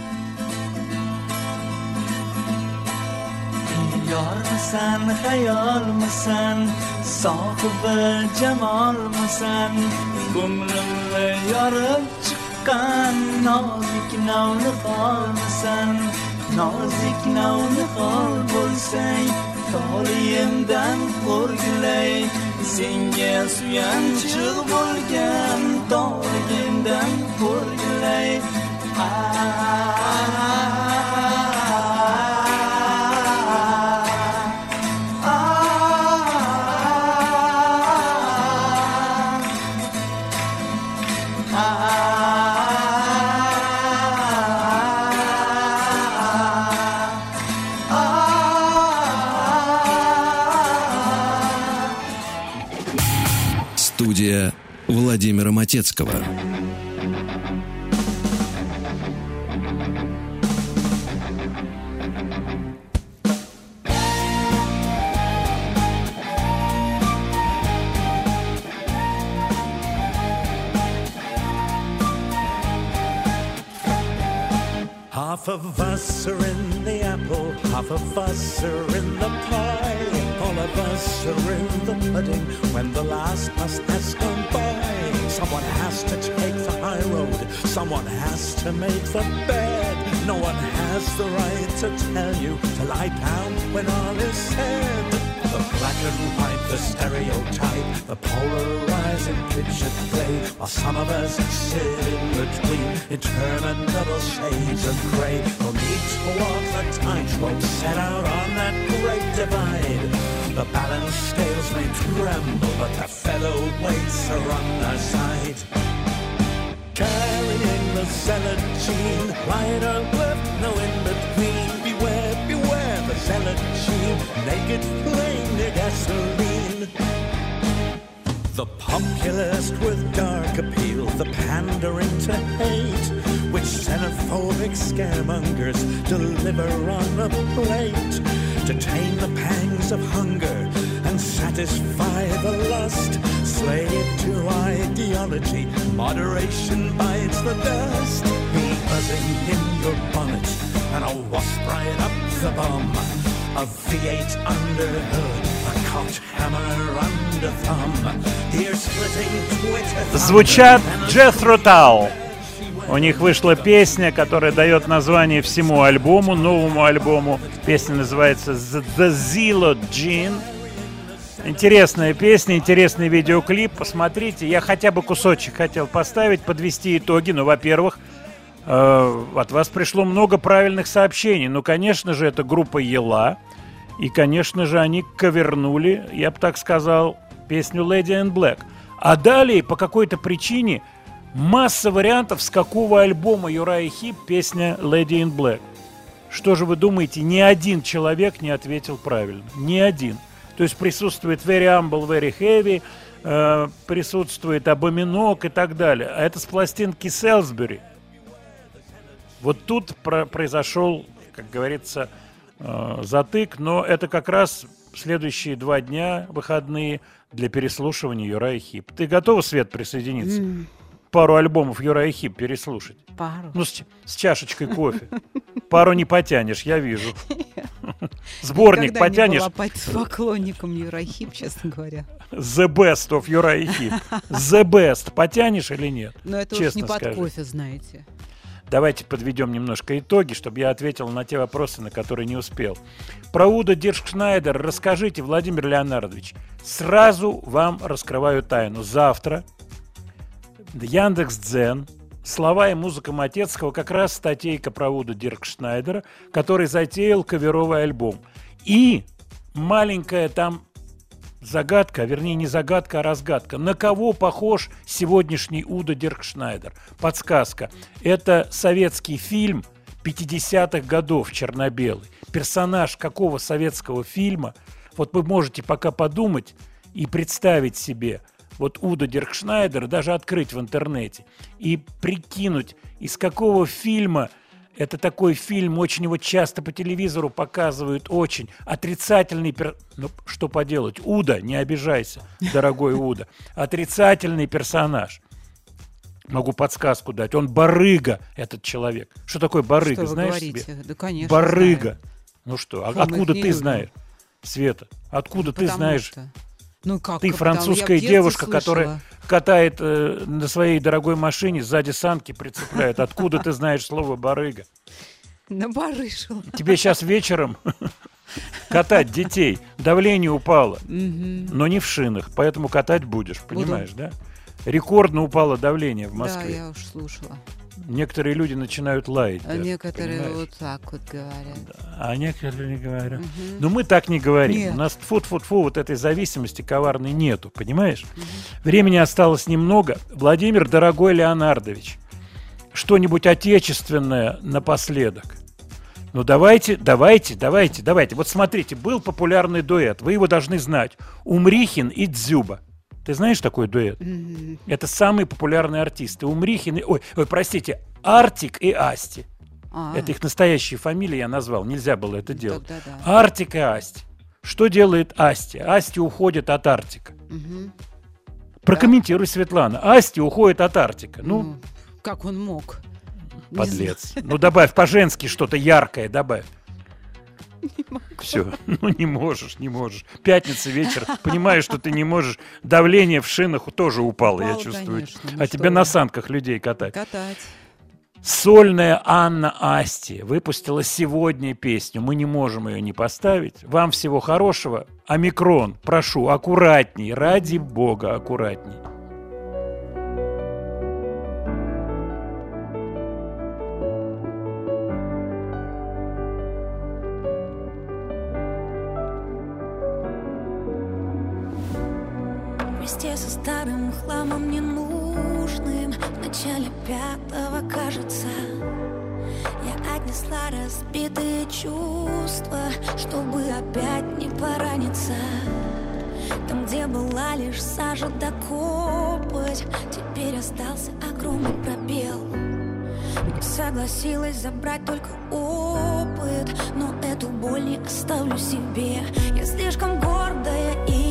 Yormisan, hayolmisan, sohibi jamolmisan, ko'nglimni yorib chiqqan nozik navnihormisan, nozik navnihor bo'lsang, toliyimdan qo'rgilay, senga suyanchiq bo'lgan toliyimdan qo'rgilay. Студия Владимира Матецкого. Half of us are in the apple, half of us are in the pie. All of us are in the pudding when the last bus has gone by. Someone has to take the high road, someone has to make the bed. No one has the right to tell you to lie down when all is said. The black and white, the stereotype, the polarizing picture play, while some of us sit in between interminable shades of grey. We'll need to walk the tightrope set out on that great divide. The balance scales may tremble, but the featherweights are on our side. Carrying the zealot gene, right or left, no in between. Beware, beware the zealot gene, naked flame near gasoline. The populist with dark appeal, the pandering to hate, which xenophobic scaremongers deliver on a plate, to tame the pangs of hunger and satisfy the lust. Slave to ideology, moderation bites the dust. Be buzzing in your bonnet and a wasp right up the bum. A V8 under hood, a cocked hammer under thumb. Ear splitting Twitter. Звучат Jethro Tull. У них вышла песня, которая дает название всему альбому, новому альбому. Песня называется The Zealot Gene. Интересная песня, интересный видеоклип. Посмотрите, я хотя бы кусочек хотел поставить, подвести итоги. Ну, во-первых, от вас пришло много правильных сообщений. Ну, конечно же, это группа Ела. И, конечно же, они кавернули, я бы так сказал, песню Lady in Black. А далее, по какой-то причине, масса вариантов, с какого альбома Юрайи Хип песня Lady in Black. Что же вы думаете, ни один человек не ответил правильно. Ни один. То есть присутствует Very Humble, Very Heavy, присутствует Абоминок и так далее. А это с пластинки Селсбери. Вот тут произошел, как говорится, затык, но это как раз следующие 2 дня выходные для переслушивания Юрая Хип. Ты готова, Свет, присоединиться? Пару альбомов Юрая Хип переслушать? Пару. Ну, с чашечкой кофе. Пару не потянешь, я вижу. Сборник потянешь? Никогда не была поклонником Юрая Хип, честно говоря. The best of Юрая Хип. The best. Потянешь или нет? Но это уж не под кофе, знаете. Давайте подведем немножко итоги, чтобы я ответил на те вопросы, на которые не успел. Про Удо Диркшнайдер расскажите, Владимир Леонардович. Сразу вам раскрываю тайну. Завтра Яндекс.Дзен, слова и музыка Матецкого, как раз статейка про Удо Диркшнайдера, который затеял каверовый альбом. И маленькая там загадка, вернее не загадка, а разгадка. На кого похож сегодняшний Удо Диркшнайдер? Подсказка. Это советский фильм 50-х годов, черно-белый. Персонаж какого советского фильма? Вот вы можете пока подумать и представить себе вот Удо Диркшнайдер, даже открыть в интернете и прикинуть, из какого фильма. Это такой фильм, очень его часто по телевизору показывают, очень отрицательный... Ну, что поделать? Удо, не обижайся, дорогой Удо. Отрицательный персонаж. Могу подсказку дать. Он барыга, этот человек. Что такое барыга, что вы знаешь говорите? себе? Да, конечно, барыга. знаю. Ну что, откуда ты знаешь? Света, откуда ты знаешь? Что? Ну, как, ты французская девушка, которая катает на своей дорогой машине, сзади санки прицепляет. Откуда ты знаешь слово барыга? Набарышила. Тебе сейчас вечером катать детей. Давление упало, но не в шинах, поэтому катать будешь, понимаешь, да? Рекордно упало давление в Москве. Да, я уж слушала. Некоторые люди начинают лаять. А даже, некоторые понимаешь? вот так вот говорят. Да, а некоторые не говорят. Но мы так не говорим. Нет. У нас тьфу-тьфу-тьфу вот этой зависимости коварной нету, понимаешь? Времени осталось немного. Владимир, дорогой Леонардович, что-нибудь отечественное напоследок. Ну давайте. Вот смотрите, был популярный дуэт, вы его должны знать. Умрихин и Дзюба. Ты знаешь такой дуэт? Это самые популярные артисты. Умрихин и... Ой, простите, Артик и Асти. Это их настоящие фамилии я назвал. Нельзя было это делать. Да. Артик и Асти. Что делает Асти? Асти уходит от Артика. Прокомментируй, Светлана. Асти уходит от Артика. Ну, как он мог? Подлец. Ну, добавь по-женски что-то яркое, добавь. Не могу. Все, ну не можешь. Пятница вечер, понимаешь, что ты не можешь. Давление в шинах тоже упало, я чувствую. Конечно. А тебе на санках людей катать. Катать. Сольная Анна Асти выпустила сегодня песню. Мы не можем ее не поставить. Вам всего хорошего. Омикрон, прошу, аккуратней. Ради бога, аккуратней. Вместе со старым хламом ненужным в начале 5-го, кажется, я отнесла разбитые чувства, чтобы опять не пораниться. Там, где была лишь сажа да копоть, теперь остался огромный пробел. Не согласилась забрать только опыт, но эту боль не оставлю себе. Я слишком гордая и